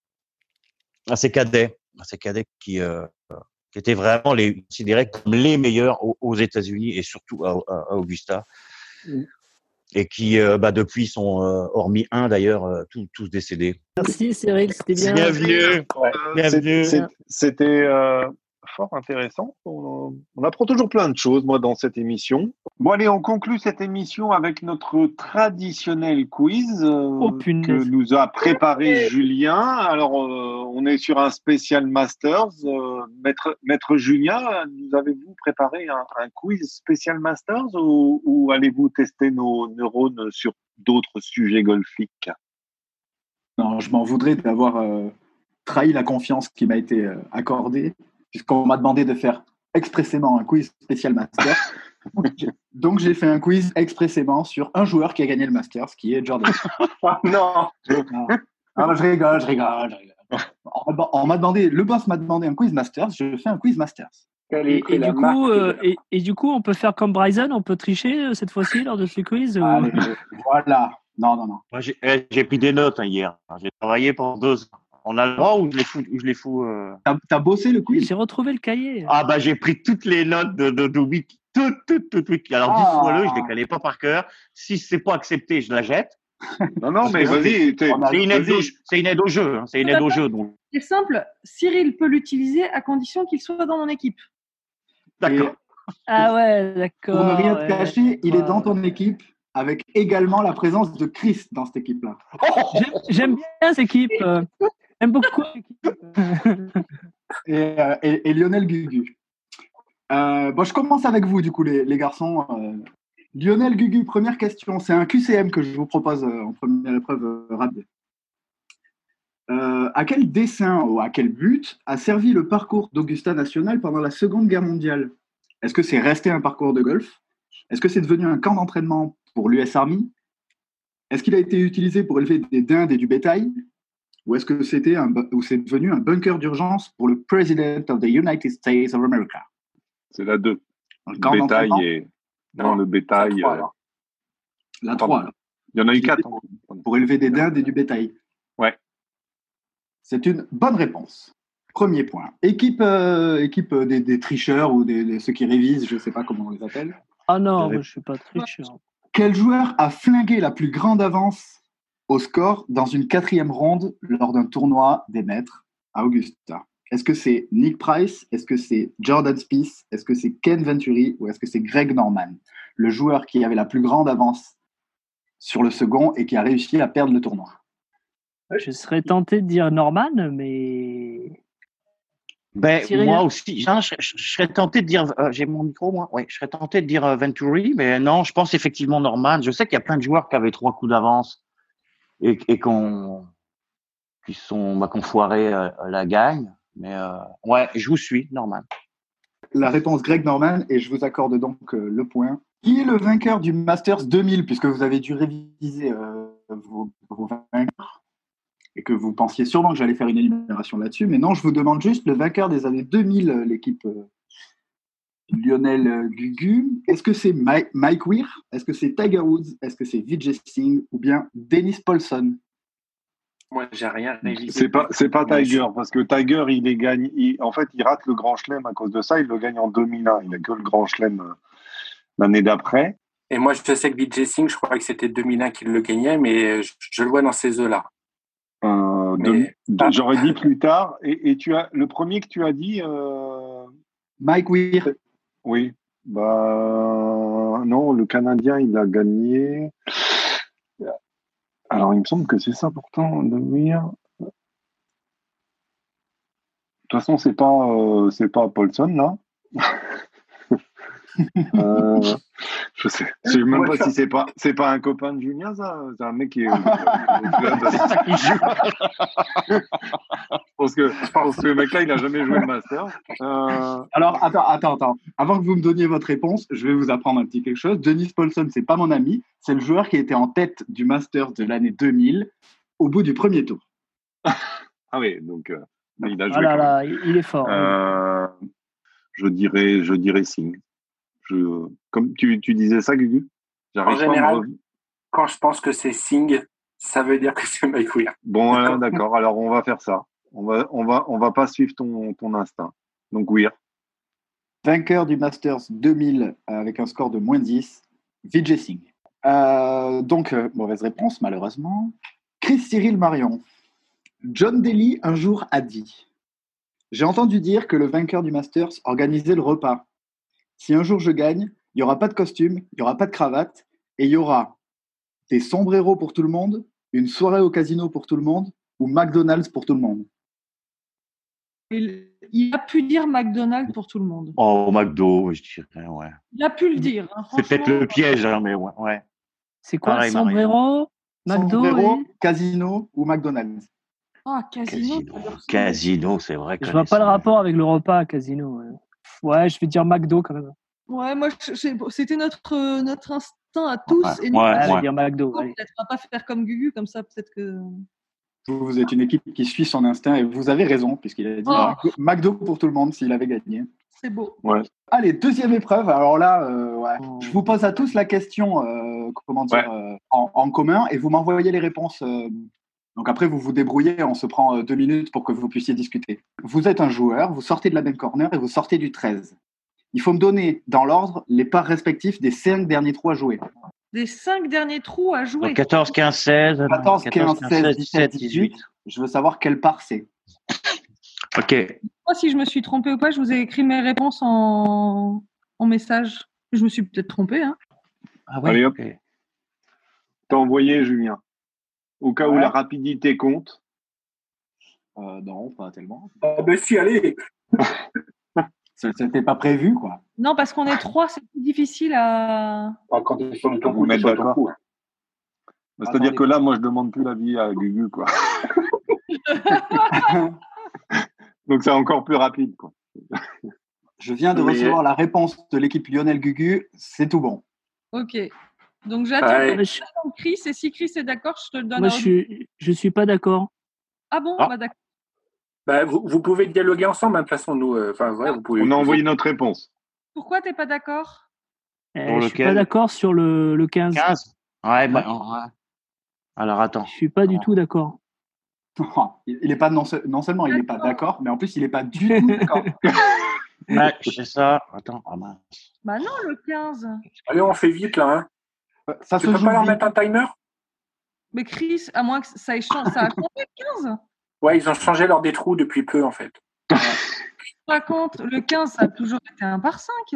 à ces cadets, à ces cadets qui euh, qui étaient vraiment les considérés comme les meilleurs aux, aux États-Unis et surtout à, à, à Augusta. Mm. et qui, euh, bah, depuis sont, euh, hormis un d'ailleurs, euh, tous, tous décédés. Merci Cyril, c'était bien. Bienvenue. Ouais. Bienvenue. C'est- C'était euh, fort intéressant. On, on apprend toujours plein de choses, moi, dans cette émission. Bon, allez, on conclut cette émission avec notre traditionnel quiz euh, Oh, punaise. que nous a préparé Julien. Alors, euh, on est sur un spécial Masters. Euh, Maître, Maître Julien, nous avez-vous préparé un, un quiz spécial Masters ou, ou allez-vous tester nos neurones sur d'autres sujets golfiques? Non, je m'en voudrais d'avoir euh, trahi la confiance qui m'a été euh, accordée, puisqu'on m'a demandé de faire expressément un quiz spécial Masters. Donc, j'ai fait un quiz expressément sur un joueur qui a gagné le Masters, qui est Jordan. Non. Ah, je rigole, je rigole, je rigole. On m'a- On m'a demandé, le boss m'a demandé un quiz Masters, je fais un quiz Masters. Quelle Et, est et la du coup, marque euh, de- et, et du coup, on peut faire comme Bryson, on peut tricher euh, cette fois-ci lors de ce quiz ou- Allez, voilà. Non, non, non. Moi, j'ai, eh, j'ai pris des notes hein, hier. J'ai travaillé pendant deux ans. On a le droit ou je les fous, ou je les fous euh... T'as, t'as bossé le quiz? J'ai retrouvé le cahier. Ah bah j'ai pris toutes les notes de, de, de Wiki. Toutes, toutes, toutes, toutes. Alors Ah. dites-moi-le, je les connais pas par cœur. Si c'est pas accepté, je la jette. Non, non, mais Parce que vas-y. t'es- on a- C'est une aide vas-y. au, c'est une aide au jeu. Hein. C'est une aide au jeu. Donc C'est simple, Cyril peut l'utiliser à condition qu'il soit dans mon équipe. d'accord. Ah ouais, d'accord. Pour ne rien te ouais, cacher, il est dans d'accord. ton équipe avec également la présence de Chris dans cette équipe-là. J'aime- J'aime bien cette équipe. euh, J'aime beaucoup l'équipe. Et, euh, et- et Lionel Gugu. Euh, bon, je commence avec vous, du coup, les, les garçons. Euh, Lionel Gugu, première question. C'est un Q C M que je vous propose euh, en première épreuve euh, rapide. Euh, à quel dessein ou à quel but a servi le parcours d'Augusta National pendant la Seconde Guerre mondiale? Est-ce que c'est resté un parcours de golf? Est-ce que c'est devenu un camp d'entraînement pour l'U S Army? Est-ce qu'il a été utilisé pour élever des dindes et du bétail? Ou est-ce que c'était un, bu- ou c'est devenu un bunker d'urgence pour le President of the United States of America? C'est la deux. Un Le camp bétail d'entraînement? et. Non, le bétail. trois, euh, alors. La pardon. trois, alors. Il y en a eu Utilisé quatre. Pour, hein. pour élever des dindes et du bétail. Ouais. C'est une bonne réponse. Premier point. Équipe, euh, équipe des, des tricheurs ou des, des- ceux qui révisent, je ne sais pas comment on les appelle. Ah non, moi, je suis pas tricheur. Quel joueur a flingué la plus grande avance au score dans une quatrième ronde lors d'un tournoi des maîtres à Augusta? Est-ce que c'est Nick Price? Est-ce que c'est Jordan Spieth? Est-ce que c'est Ken Venturi? Ou est-ce que c'est Greg Norman? Le joueur qui avait la plus grande avance sur le second et qui a réussi à perdre le tournoi. Je serais tenté de dire Norman, mais Ben, Cyril. moi aussi, hein, je, je- je serais tenté de dire, euh, j'ai mon micro, moi, oui, je serais tenté de dire euh, Venturi, mais non, je pense effectivement Norman. Je sais qu'il y a plein de joueurs qui avaient trois coups d'avance et, et qu'on, qui sont, bah, qu'on foiré euh, la gagne. Mais euh, ouais, je vous suis, Norman. La réponse Greg Norman, et je vous accorde donc euh, le point. Qui est le vainqueur du Masters deux mille, puisque vous avez dû réviser euh, vos, vos vainqueurs et que vous pensiez sûrement que j'allais faire une énumération là-dessus, mais non, je vous demande juste le vainqueur des années deux mille, euh, l'équipe euh, Lionel euh, Gugu. Est-ce que c'est Mike, Mike Weir? Est-ce que c'est Tiger Woods? Est-ce que c'est Vijay Singh ou bien Dennis Paulson? Moi, j'ai rien révisé. C'est pas, c'est pas Mais Tiger, je- parce que Tiger, il est gagne, il- en fait, il rate le Grand Chelem à cause de ça. Il le gagne en deux mille un. Il a que le Grand Chelem euh, l'année d'après. Et moi, je sais que Vijay Singh, je crois que c'était deux mille un qu'il le gagnait, mais je, je le vois dans ces eaux-là. Euh, Mais- deux- deux- J'aurais dit plus tard. Et, et tu as le premier que tu as dit, euh, Mike Weir. oui. Bah non, le Canadien, il a gagné. Alors, il me semble que c'est ça pourtant de dire. De toute façon, c'est pas, euh, c'est pas Paulson là. euh, je sais, je sais même Moi, pas je- si c'est pas, c'est pas un copain de Julien, ça. C'est un mec qui est. je pense que, je pense que le mec là, il a jamais joué le Master. Euh, Alors, attends, attends, attends. Avant que vous me donniez votre réponse, je vais vous apprendre un petit quelque chose. Dennis Paulson, c'est pas mon ami, c'est le joueur qui était en tête du Masters de l'année deux mille au bout du premier tour. ah oui, donc euh, il a joué. ah là quand même. là, il il est fort. Euh, je dirais, je dirais Singh. Je, comme tu, tu disais ça, Gugu. J'arrive En pas à me général, re- Quand je pense que c'est Singh, ça veut dire que c'est Mike Weir. Bon, voilà, D'accord. d'accord. Alors on va faire ça. On va, on va, on va pas suivre ton, ton instinct. Donc Weir. Vainqueur du Masters deux mille avec un score de moins dix, Vijay Singh. Euh, donc, euh, mauvaise réponse, malheureusement. Chris Cyril Marion. John Daly, un jour, a dit « J'ai entendu dire que le vainqueur du Masters organisait le repas. Si un jour je gagne, il n'y aura pas de costume, il n'y aura pas de cravate, et il y aura des sombreros pour tout le monde, une soirée au casino pour tout le monde, ou McDonald's pour tout le monde. » Il, il a pu dire McDonald's pour tout le monde. Oh, McDo, je dirais, ouais. Il a pu le dire. Hein, C'est peut-être le piège, hein, mais ouais. ouais. C'est quoi, Pareil, sombrero, McDo Sombrero, et... casino ou McDonald's. Ah, casino. Casino, casino, c'est vrai que Je vois pas le rapport avec le repas à casino. Ouais, ouais je vais dire McDo quand même. Ouais, moi, je, je, c'était notre, euh, notre instinct à tous. Ouais, et nous, ouais, Ah, je vais ouais. dire McDo. on peut-être pas faire comme Gugu, comme ça, peut-être que. Vous, vous êtes une équipe qui suit son instinct et vous avez raison, puisqu'il a dit Oh. McDo, McDo pour tout le monde s'il avait gagné. C'est beau. Ouais. Allez, deuxième épreuve. Alors là, euh, ouais. Oh. je vous pose à tous la question euh, comment dire, euh, en, en commun et vous m'envoyez les réponses. Euh, donc après, vous vous débrouillez, on se prend euh, deux minutes pour que vous puissiez discuter. Vous êtes un joueur, vous sortez de la main corner et vous sortez du treize. Il faut me donner, dans l'ordre, les parts respectives des cinq derniers trous à jouer. Des cinq derniers trous à jouer. Donc quatorze, quinze, seize. quatorze, quinze, seize, dix-sept, dix-huit. Je veux savoir quelle part c'est. Ok. Moi, si je me suis trompée ou pas, je vous ai écrit mes réponses en, en message. Je me suis peut-être trompée. Hein. Ah ouais, Allez hop. ok. T'as envoyé, Julien. Au cas Ouais. où la rapidité compte. Euh, non, pas tellement. Ah ben si, allez. C'était pas prévu, quoi. Non, parce qu'on est trois, c'est plus difficile à. Ah, quand tu es sur le ton Vous coup, tu es mettre sur le ton d'accord. coup. hein. Bah, C'est-à-dire Attendez. que là, moi, je demande plus l'avis à Gugu, quoi. Donc, c'est encore plus rapide, quoi. Je viens de Mais- recevoir la réponse de l'équipe Lionel Gugu, c'est tout bon. Ok. Donc j'attends Ouais. Moi, je, Chris et si Chris est d'accord, je te le donne. moi, à je suis, je suis pas d'accord. Ah bon, Ah. bah d'accord. Bah, vous, vous pouvez dialoguer ensemble, hein, de toute façon, nous. euh, Enfin, ouais, vous pouvez. On a envoyé notre réponse. Pourquoi t'es pas d'accord? Eh, Pour je suis lequel pas d'accord sur le, le quinze. quinze. Ouais, bah, ouais. Alors attends. Je suis pas du tout d'accord. Il est pas non, se- non seulement il n'est pas d'accord, mais en plus il n'est pas du tout d'accord. Ouais, c'est ça. Attends, ah mince. Bah non, le quinze. Allez, on fait vite, là. Hein. Ça Tu se peux joue pas leur vite. mettre un timer? Mais Chris, à moins que ça ait changé, ça a changé le quinze. Ouais, ils ont changé leur des trous depuis peu, en fait. Par contre, le quinze, ça a toujours été un par cinq.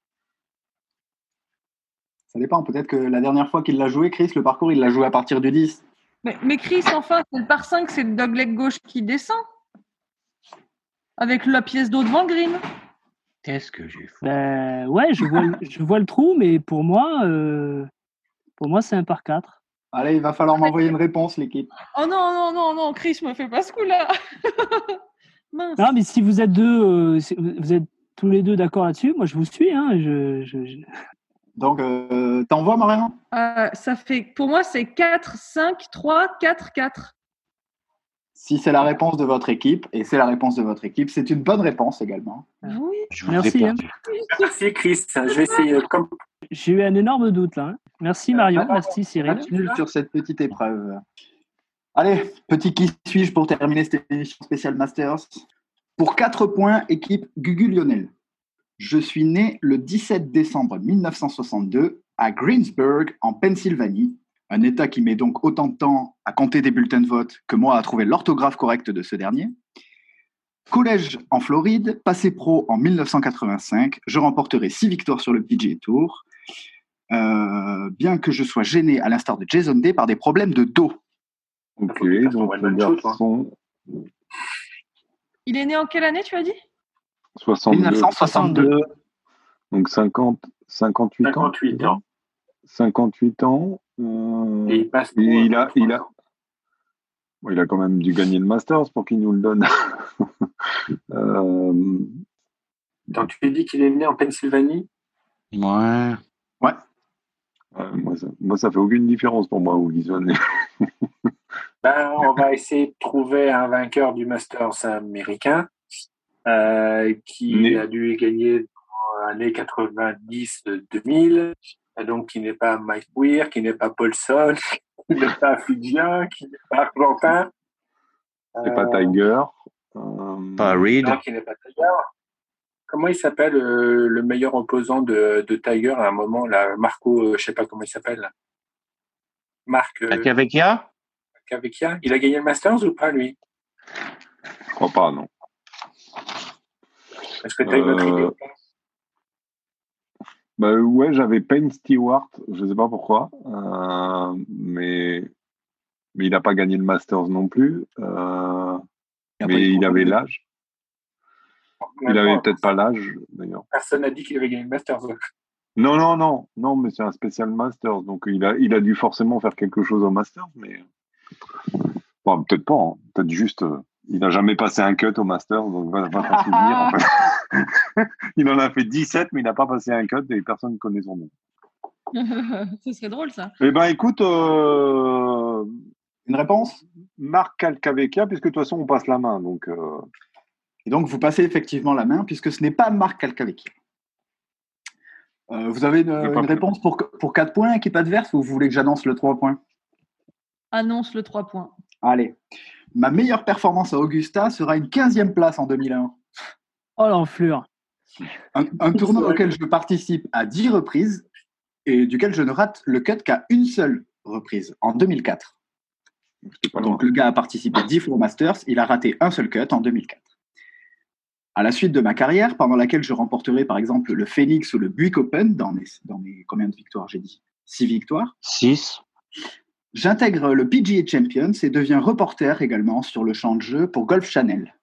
Ça dépend. Peut-être que la dernière fois qu'il l'a joué, Chris, le parcours, il l'a joué à partir du dix. Mais, mais Chris, enfin, c'est le par cinq, c'est le dogleg gauche qui descend. Avec la pièce d'eau devant le green. Qu'est-ce que j'ai fait? Ben, ouais, je vois, le- je vois le trou, mais pour moi, euh, pour moi, c'est un par quatre. Allez, il va falloir m'envoyer une réponse, l'équipe. Oh non, non, non, non, Chris, me fais pas ce coup-là. Mince. Non, mais si vous êtes deux, euh, si vous êtes tous les deux d'accord là-dessus, moi, je vous suis. Hein, je, je, je- Donc, euh, t'envoies, Marion? Euh, ça fait, pour moi, c'est quatre, cinq, trois, quatre, quatre. Si c'est la réponse de votre équipe, et c'est la réponse de votre équipe, c'est une bonne réponse également. Oui. Je vous Merci, ai hein. perdu. Merci, Chris. Je vais essayer. Comme... J'ai eu un énorme doute là. Hein. Merci Marion, Ah, merci Cyril. Match nul sur cette petite épreuve. Allez, petit qui suis-je pour terminer cette émission spéciale Masters. Pour quatre points, équipe Gugu Lionel. Je suis né le dix-sept décembre mille neuf cent soixante-deux à Greensburg, en Pennsylvanie, un État qui met donc autant de temps à compter des bulletins de vote que moi à trouver l'orthographe correcte de ce dernier. Collège en Floride, passé pro en mille neuf cent quatre-vingt-cinq, je remporterai six victoires sur le P G A Tour, euh, bien que je sois gêné, à l'instar de Jason Day, par des problèmes de dos. Ok, faut que tu fasses donc ton le one-man shoot, toi. garçon, Il est né en quelle année, tu as dit? soixante-deux. mille neuf cent soixante-deux. Donc cinquante, cinquante-huit, cinquante-huit ans. ans. cinquante-huit ans. euh, Et il passe et pour, il euh, a, il a, bon, il a quand même dû gagner le Masters pour qu'il nous le donne. euh, Attends, tu t'es dit qu'il est né en Pennsylvanie? Ouais. euh, moi, ça, moi, ça fait aucune différence pour moi où il soit né. Ben, on va essayer de trouver un vainqueur du Masters américain euh, qui Né. a dû gagner dans l'année quatre-vingt-dix deux mille, et donc qui n'est pas Mike Weir, qui n'est pas Paulson, qui n'est pas Fidjien, qui n'est pas Argentin. C'est pas Euh, Tiger. Euh, Pas Reed. Non, qui n'est pas Tiger. Comment il s'appelle euh, le meilleur opposant de, de Tiger à un moment là, Marco, euh, je sais pas comment il s'appelle. Marc euh, Calcavecchia Calcavecchia. Il a gagné le Masters ou pas, lui? Je crois pas, non. Est-ce que tu as une autre idée Euh, ou pas? Bah ouais, j'avais Payne Stewart, je sais pas pourquoi, euh, mais mais il n'a pas gagné le Masters non plus. Euh, Il a pas mais eu il trop avait mal. l'âge. En Il même avait temps, peut-être pas l'âge d'ailleurs. personne n'a dit qu'il avait gagné le Masters. Non, non, non, non, mais c'est un spécial Masters, donc il a il a dû forcément faire quelque chose au Masters, mais bon, peut-être pas, hein. Peut-être juste euh, il n'a jamais passé un cut au Masters, donc va, va t'en souvenir. En fait. Il en a fait dix-sept, mais il n'a pas passé un cut et personne ne connaît son nom. Ce serait drôle, ça. Eh ben, écoute, euh, Une réponse? Marc Calcavecchia, puisque de toute façon, on passe la main. Donc, euh, Et donc, vous passez effectivement la main, puisque ce n'est pas Marc Calcavecchia. Euh, vous avez une, J'ai pas une pris. réponse pour, pour quatre points, équipe adverse, ou vous voulez que j'annonce le trois points? Annonce le trois points. Allez. Ma meilleure performance à Augusta sera une quinzième place en deux mille un. Oh l'enflure. Un, un tournoi auquel je participe à dix reprises et duquel je ne rate le cut qu'à une seule reprise, en deux mille quatre. c'était pas loin. Donc le gars a participé dix fois au Masters, il a raté un seul cut en deux mille quatre. À la suite de ma carrière, pendant laquelle je remporterai par exemple le Phoenix ou le Buick Open, dans mes, dans mes combien de victoires j'ai dit? Six victoires. six. J'intègre le P G A Champions et deviens reporter également sur le champ de jeu pour Golf Channel.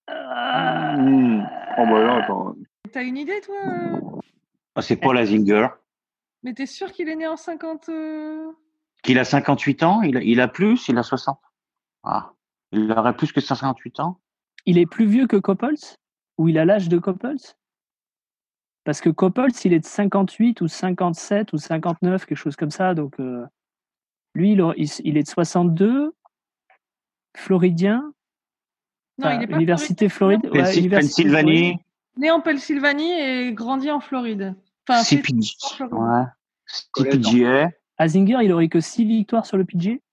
Mmh. Oh, bah là, attends. T'as une idée, toi euh Ah, c'est Paul Azinger. Mais t'es sûr qu'il est né en cinquante euh Qu'il a cinquante-huit ans, il a, il a plus, il a soixante. Ah, il aurait plus que cinquante-huit ans. Il est plus vieux que Couples? Ou il a l'âge de Couples? Parce que Couples, il est de cinquante-huit ou cinquante-sept ou cinquante-neuf, quelque chose comme ça. Donc, euh, lui, il, aura- il, il est de soixante-deux, floridien. Non, Enfin, il est pas Université floridien. Floride. Ouais, Pennsy- Université Floride. Pennsylvanie, Né en Pennsylvanie et grandi en Floride. Enfin, fait C P G. en Floride. Ouais. Collège, C P G A. Azinger, il aurait que six victoires sur le P G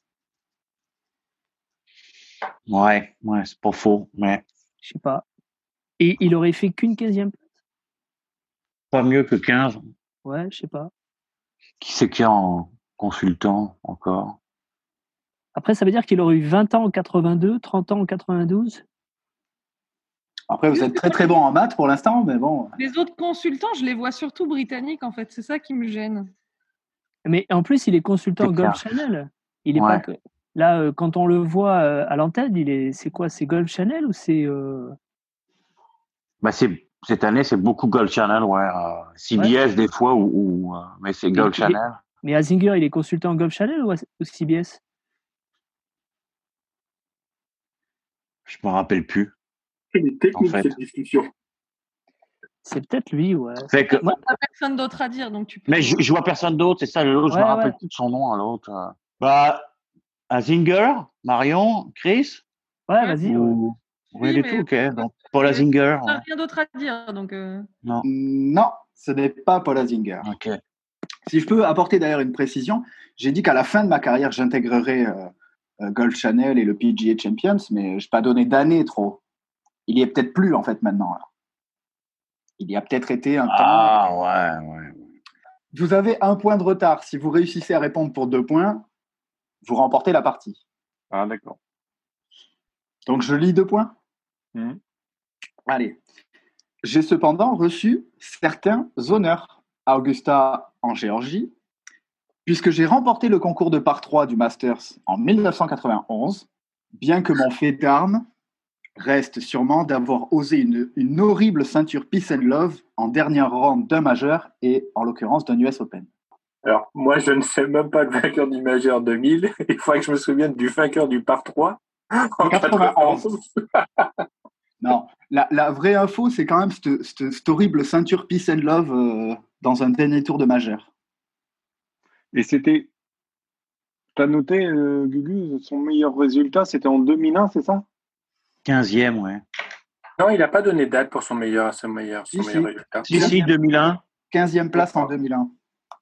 A. Ouais, ouais, c'est pas faux, mais Je sais pas. Et il aurait fait qu'une quinzième place. pas mieux que quinze. Ouais, je sais pas. Qui c'est qu'il y a en consultant encore? Après, ça veut dire qu'il aurait eu vingt ans en quatre-vingt-deux, trente ans en quatre-vingt-douze. Après, vous êtes très très bon en maths pour l'instant, mais bon. Les autres consultants, je les vois surtout britanniques, en fait. C'est ça qui me gêne. Mais en plus, il est consultant C'est Golf clair. Channel. Il est Ouais. pas que... Là, euh, quand on le voit euh, à l'antenne, il est. C'est quoi? C'est Golf Channel ou c'est euh... Bah c'est cette année, c'est beaucoup Gold Channel, ouais. Euh, C B S Ouais. des fois, ou, ou euh, mais c'est Gold il est- Channel. Mais Azinger, il est consultant Golf Channel ou, ou C B S? Je me rappelle plus. Il est technique, En fait. cette discussion. C'est peut-être lui, ouais. Fait que, Moi- T'as personne d'autre à dire, donc tu peux. mais je, je vois personne d'autre, c'est ça. L'autre, je Ouais, me rappelle ouais. plus de son nom à l'autre. euh. Bah, Azinger, Marion, Chris, Ouais, vas-y. ouais. ou Oui, rien du mais- tout, ok. Donc Paul Azinger. T'as Ouais. rien d'autre à dire, donc. euh, Non. Non, ce n'est pas Paul Azinger. Ok. Si je peux apporter d'ailleurs une précision, j'ai dit qu'à la fin de ma carrière, j'intégrerai euh, euh, Golf Channel et le P G A Champions, mais je n'ai pas donné d'année trop. Il y est peut-être plus en fait maintenant. là. Il y a peut-être été un temps. Ah ouais, ouais. Vous avez un point de retard. Si vous réussissez à répondre pour deux points, vous remportez la partie. Ah, d'accord. Donc je lis deux points. Mhm. Allez. J'ai cependant reçu certains honneurs à Augusta en Géorgie, puisque j'ai remporté le concours de par trois du Masters en mille neuf cent quatre-vingt-onze, bien que mon fait d'armes reste sûrement d'avoir osé une, une horrible ceinture Peace and Love en dernière ronde d'un majeur et en l'occurrence d'un U S Open. Alors, moi, je ne sais même pas le vainqueur du Major deux mille. Il faudrait que je me souvienne du vainqueur du par trois en quatre-vingt-onze. quatre-vingt-onze. Non, la, la vraie info, c'est quand même cette, cette, cette horrible ceinture Peace and Love euh, dans un dernier tour de majeur. Et c'était. T'as noté, euh, Gugu, son meilleur résultat, c'était en deux mille un, c'est ça? quinzième, ouais. Non, il n'a pas donné date pour son meilleur, son meilleur, son Si, meilleur si. résultat. Si, si, deux mille un. quinzième place en deux mille un.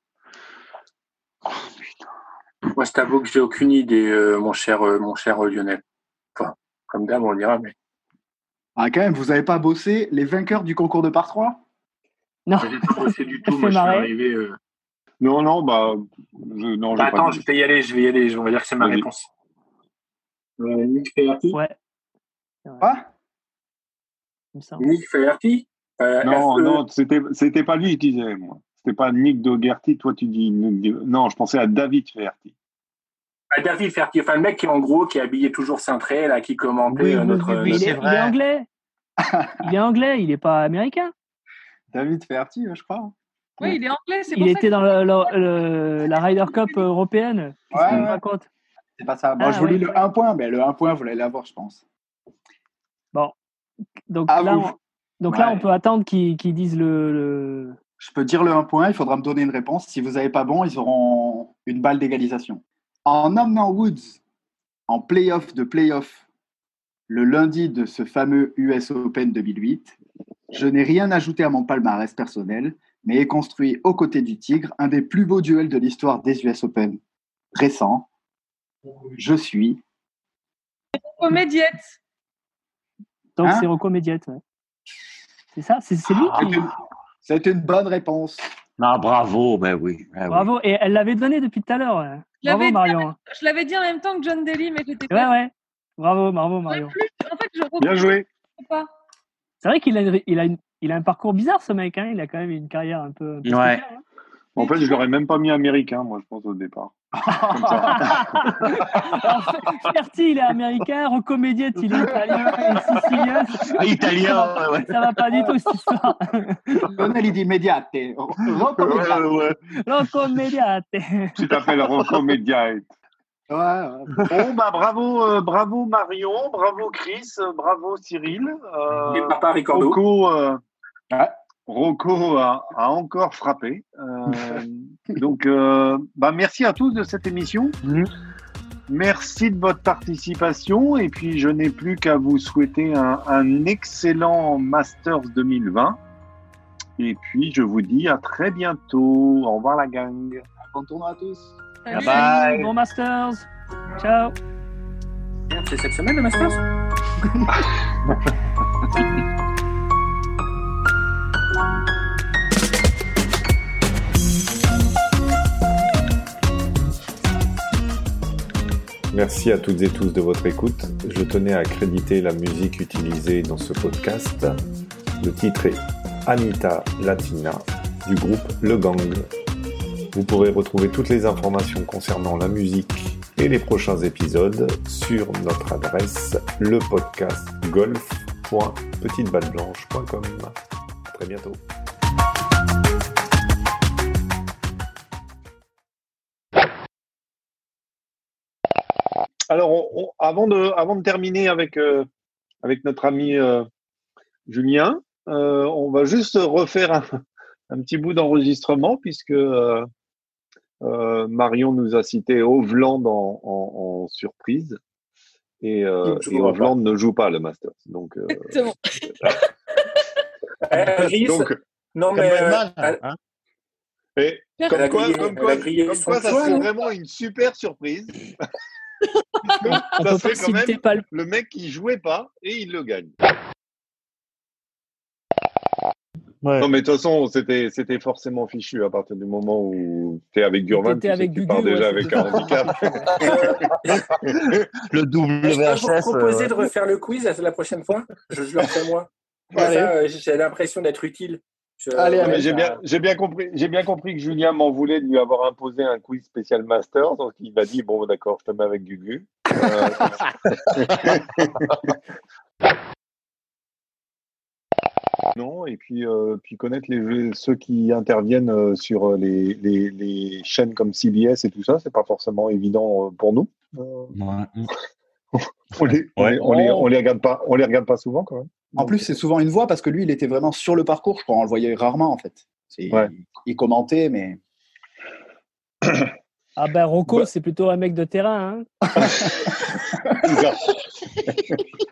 Moi, je t'avoue que j'ai aucune idée, euh, mon cher, euh, mon cher euh, Lionel. Enfin, comme d'hab, on le dira, mais. Ah, quand même, vous n'avez pas bossé les vainqueurs du concours de par trois? Non, J'ai pas bossé du Ça tout. fait Moi, je suis marrer. arrivé. Euh... Non, non, bah, je, non, Bah, j'ai pas attends, dit. je vais y aller, je vais y aller. On va dire que c'est ma Vas-y. réponse. Euh, Nick Flaherty. Ouais. Quoi Il me semble. Nick Flaherty. Euh, Non, F E. non, c'était, c'était pas lui, je disais, moi. C'était pas Nick Dougherty, toi, tu dis. Non, je pensais à David Flaherty. Ah, David Flaherty, enfin le mec qui en gros qui est habillé toujours cintré là, qui commentait Oui, euh, oui, notre. oui, oui, Mais il, notre- est, c'est il est vrai. anglais. Il est anglais, il n'est pas américain. David Ferty, je crois. Oui, il est anglais, c'est Il pour ça était que dans le- le- le- la Ryder Cup européenne. Qu'est-ce Ouais, que tu me ouais. racontes? C'est pas ça. Moi, Ah, je vous lis ouais, le ouais. un point, mais le un point, vous l'allez l'avoir, je pense. Bon. Donc, À là, vous. on, donc là, Ouais. on peut attendre qu'ils qu'ils disent le, le- Je peux dire le un point, il faudra me donner une réponse. Si vous n'avez pas bon, ils auront une balle d'égalisation. En emmenant Woods en play-off de play-off le lundi de ce fameux U S Open deux mille huit, je n'ai rien ajouté à mon palmarès personnel, mais ai construit aux côtés du Tigre un des plus beaux duels de l'histoire des U S Open récents. Je suis... comédiette. Donc, Hein c'est Rocco Mediate. Ouais. C'est ça? C'est c'est lui C'est qui. une... c'est une bonne réponse. Non, bravo, ben oui. ben oui. Bravo. Et elle l'avait donné depuis tout à l'heure. Ouais. Je l'avais Bravo, dit Marion. Je l'avais dit en même temps que John Daly, mais j'étais Ouais, pas. ouais. Bravo, bravo, Même Marion. plus. En fait, je Bien reprends joué. pas. C'est vrai qu'il a, une- il a, une- il a un parcours bizarre, ce mec. Hein. Il a quand même une carrière un peu. Un peu Ouais. spéciale, hein. En fait, je l'aurais même pas mis américain, moi, je pense, au départ. Comme ça. Alors, Ferti, il est américain. Rocco Mediate, il est italien. Il est sicilien. Ah, italien, ouais, ouais. Ça va pas du tout, cette histoire. Lionel, il dit Mediate. Rocco Ouais, Mediate. ouais. Rocco Mediate. Tu t'appelles Rocco Mediate. Ouais, ouais. Bon, bah, bravo, euh, bravo Marion, bravo Chris, euh, bravo Cyril. Euh, Et papa Ricardo. Rocco, euh, Ouais. Rocco a, a encore frappé. Euh, donc, euh, bah, merci à tous de cette émission. Mhm. Merci de votre participation. Et puis, je n'ai plus qu'à vous souhaiter un, un excellent Masters deux mille vingt. Et puis, je vous dis à très bientôt. Au revoir la gang. Bon tournoi à tous. Salut. Bye. Bon Masters. Ciao. Merde, c'est cette semaine le Masters. Merci à toutes et tous de votre écoute. Je tenais à créditer la musique utilisée dans ce podcast. Le titre est Anita Latina du groupe Le Gang. Vous pourrez retrouver toutes les informations concernant la musique et les prochains épisodes sur notre adresse lepodcastgolf point petite balle blanche point com. À très bientôt. Alors, on- on- avant, de, avant de terminer avec, euh, avec notre ami euh, Julien, euh, on va juste refaire un, un petit bout d'enregistrement puisque euh, euh, Marion nous a cité Hovland en, en, en surprise et, euh, Il ne et jouera Hovland ne joue pas le Masters. Donc, euh, Exactement. Euh, Rhys, donc non Comme mais euh, Goldman, elle- hein. et Elle comme a quoi, grillé- comme elle quoi, a grillé comme son quoi ça choix, serait non vraiment une super surprise. On ça peut pas serait quand même citer pas le. le mec qui jouait pas et il le gagne. Ouais. Non, mais de toute façon, c'était, c'était forcément fichu à partir du moment où tu es avec Gurman, T'étais tu, sais avec que tu Gugu, pars déjà ouais, avec c'était un handicap. Le je peux vous W H S. proposer euh, de refaire le quiz la, la prochaine fois. Je, je le refais moi. Comme Allez. ça, euh, j'ai l'impression d'être utile. Je- Allez, Non, allez. mais j'ai bien, j'ai bien compris, j'ai bien compris que Julien m'en voulait de lui avoir imposé un quiz spécial Master, donc il m'a dit bon d'accord, je te mets avec Gugu. Euh, non, et puis, euh, puis connaître les ceux qui interviennent euh, sur les, les, les chaînes comme C B S et tout ça, c'est pas forcément évident euh, pour nous. Euh, ouais. on les, on Ouais. les, on les, on les regarde pas, on les regarde pas souvent quand même. En plus, c'est souvent une voix parce que lui, il était vraiment sur le parcours. Je crois, on le voyait rarement en fait. C'est- Ouais. il, il commentait, mais Ah ben Rocco, Bah. c'est plutôt un mec de terrain. Hein. C'est ça.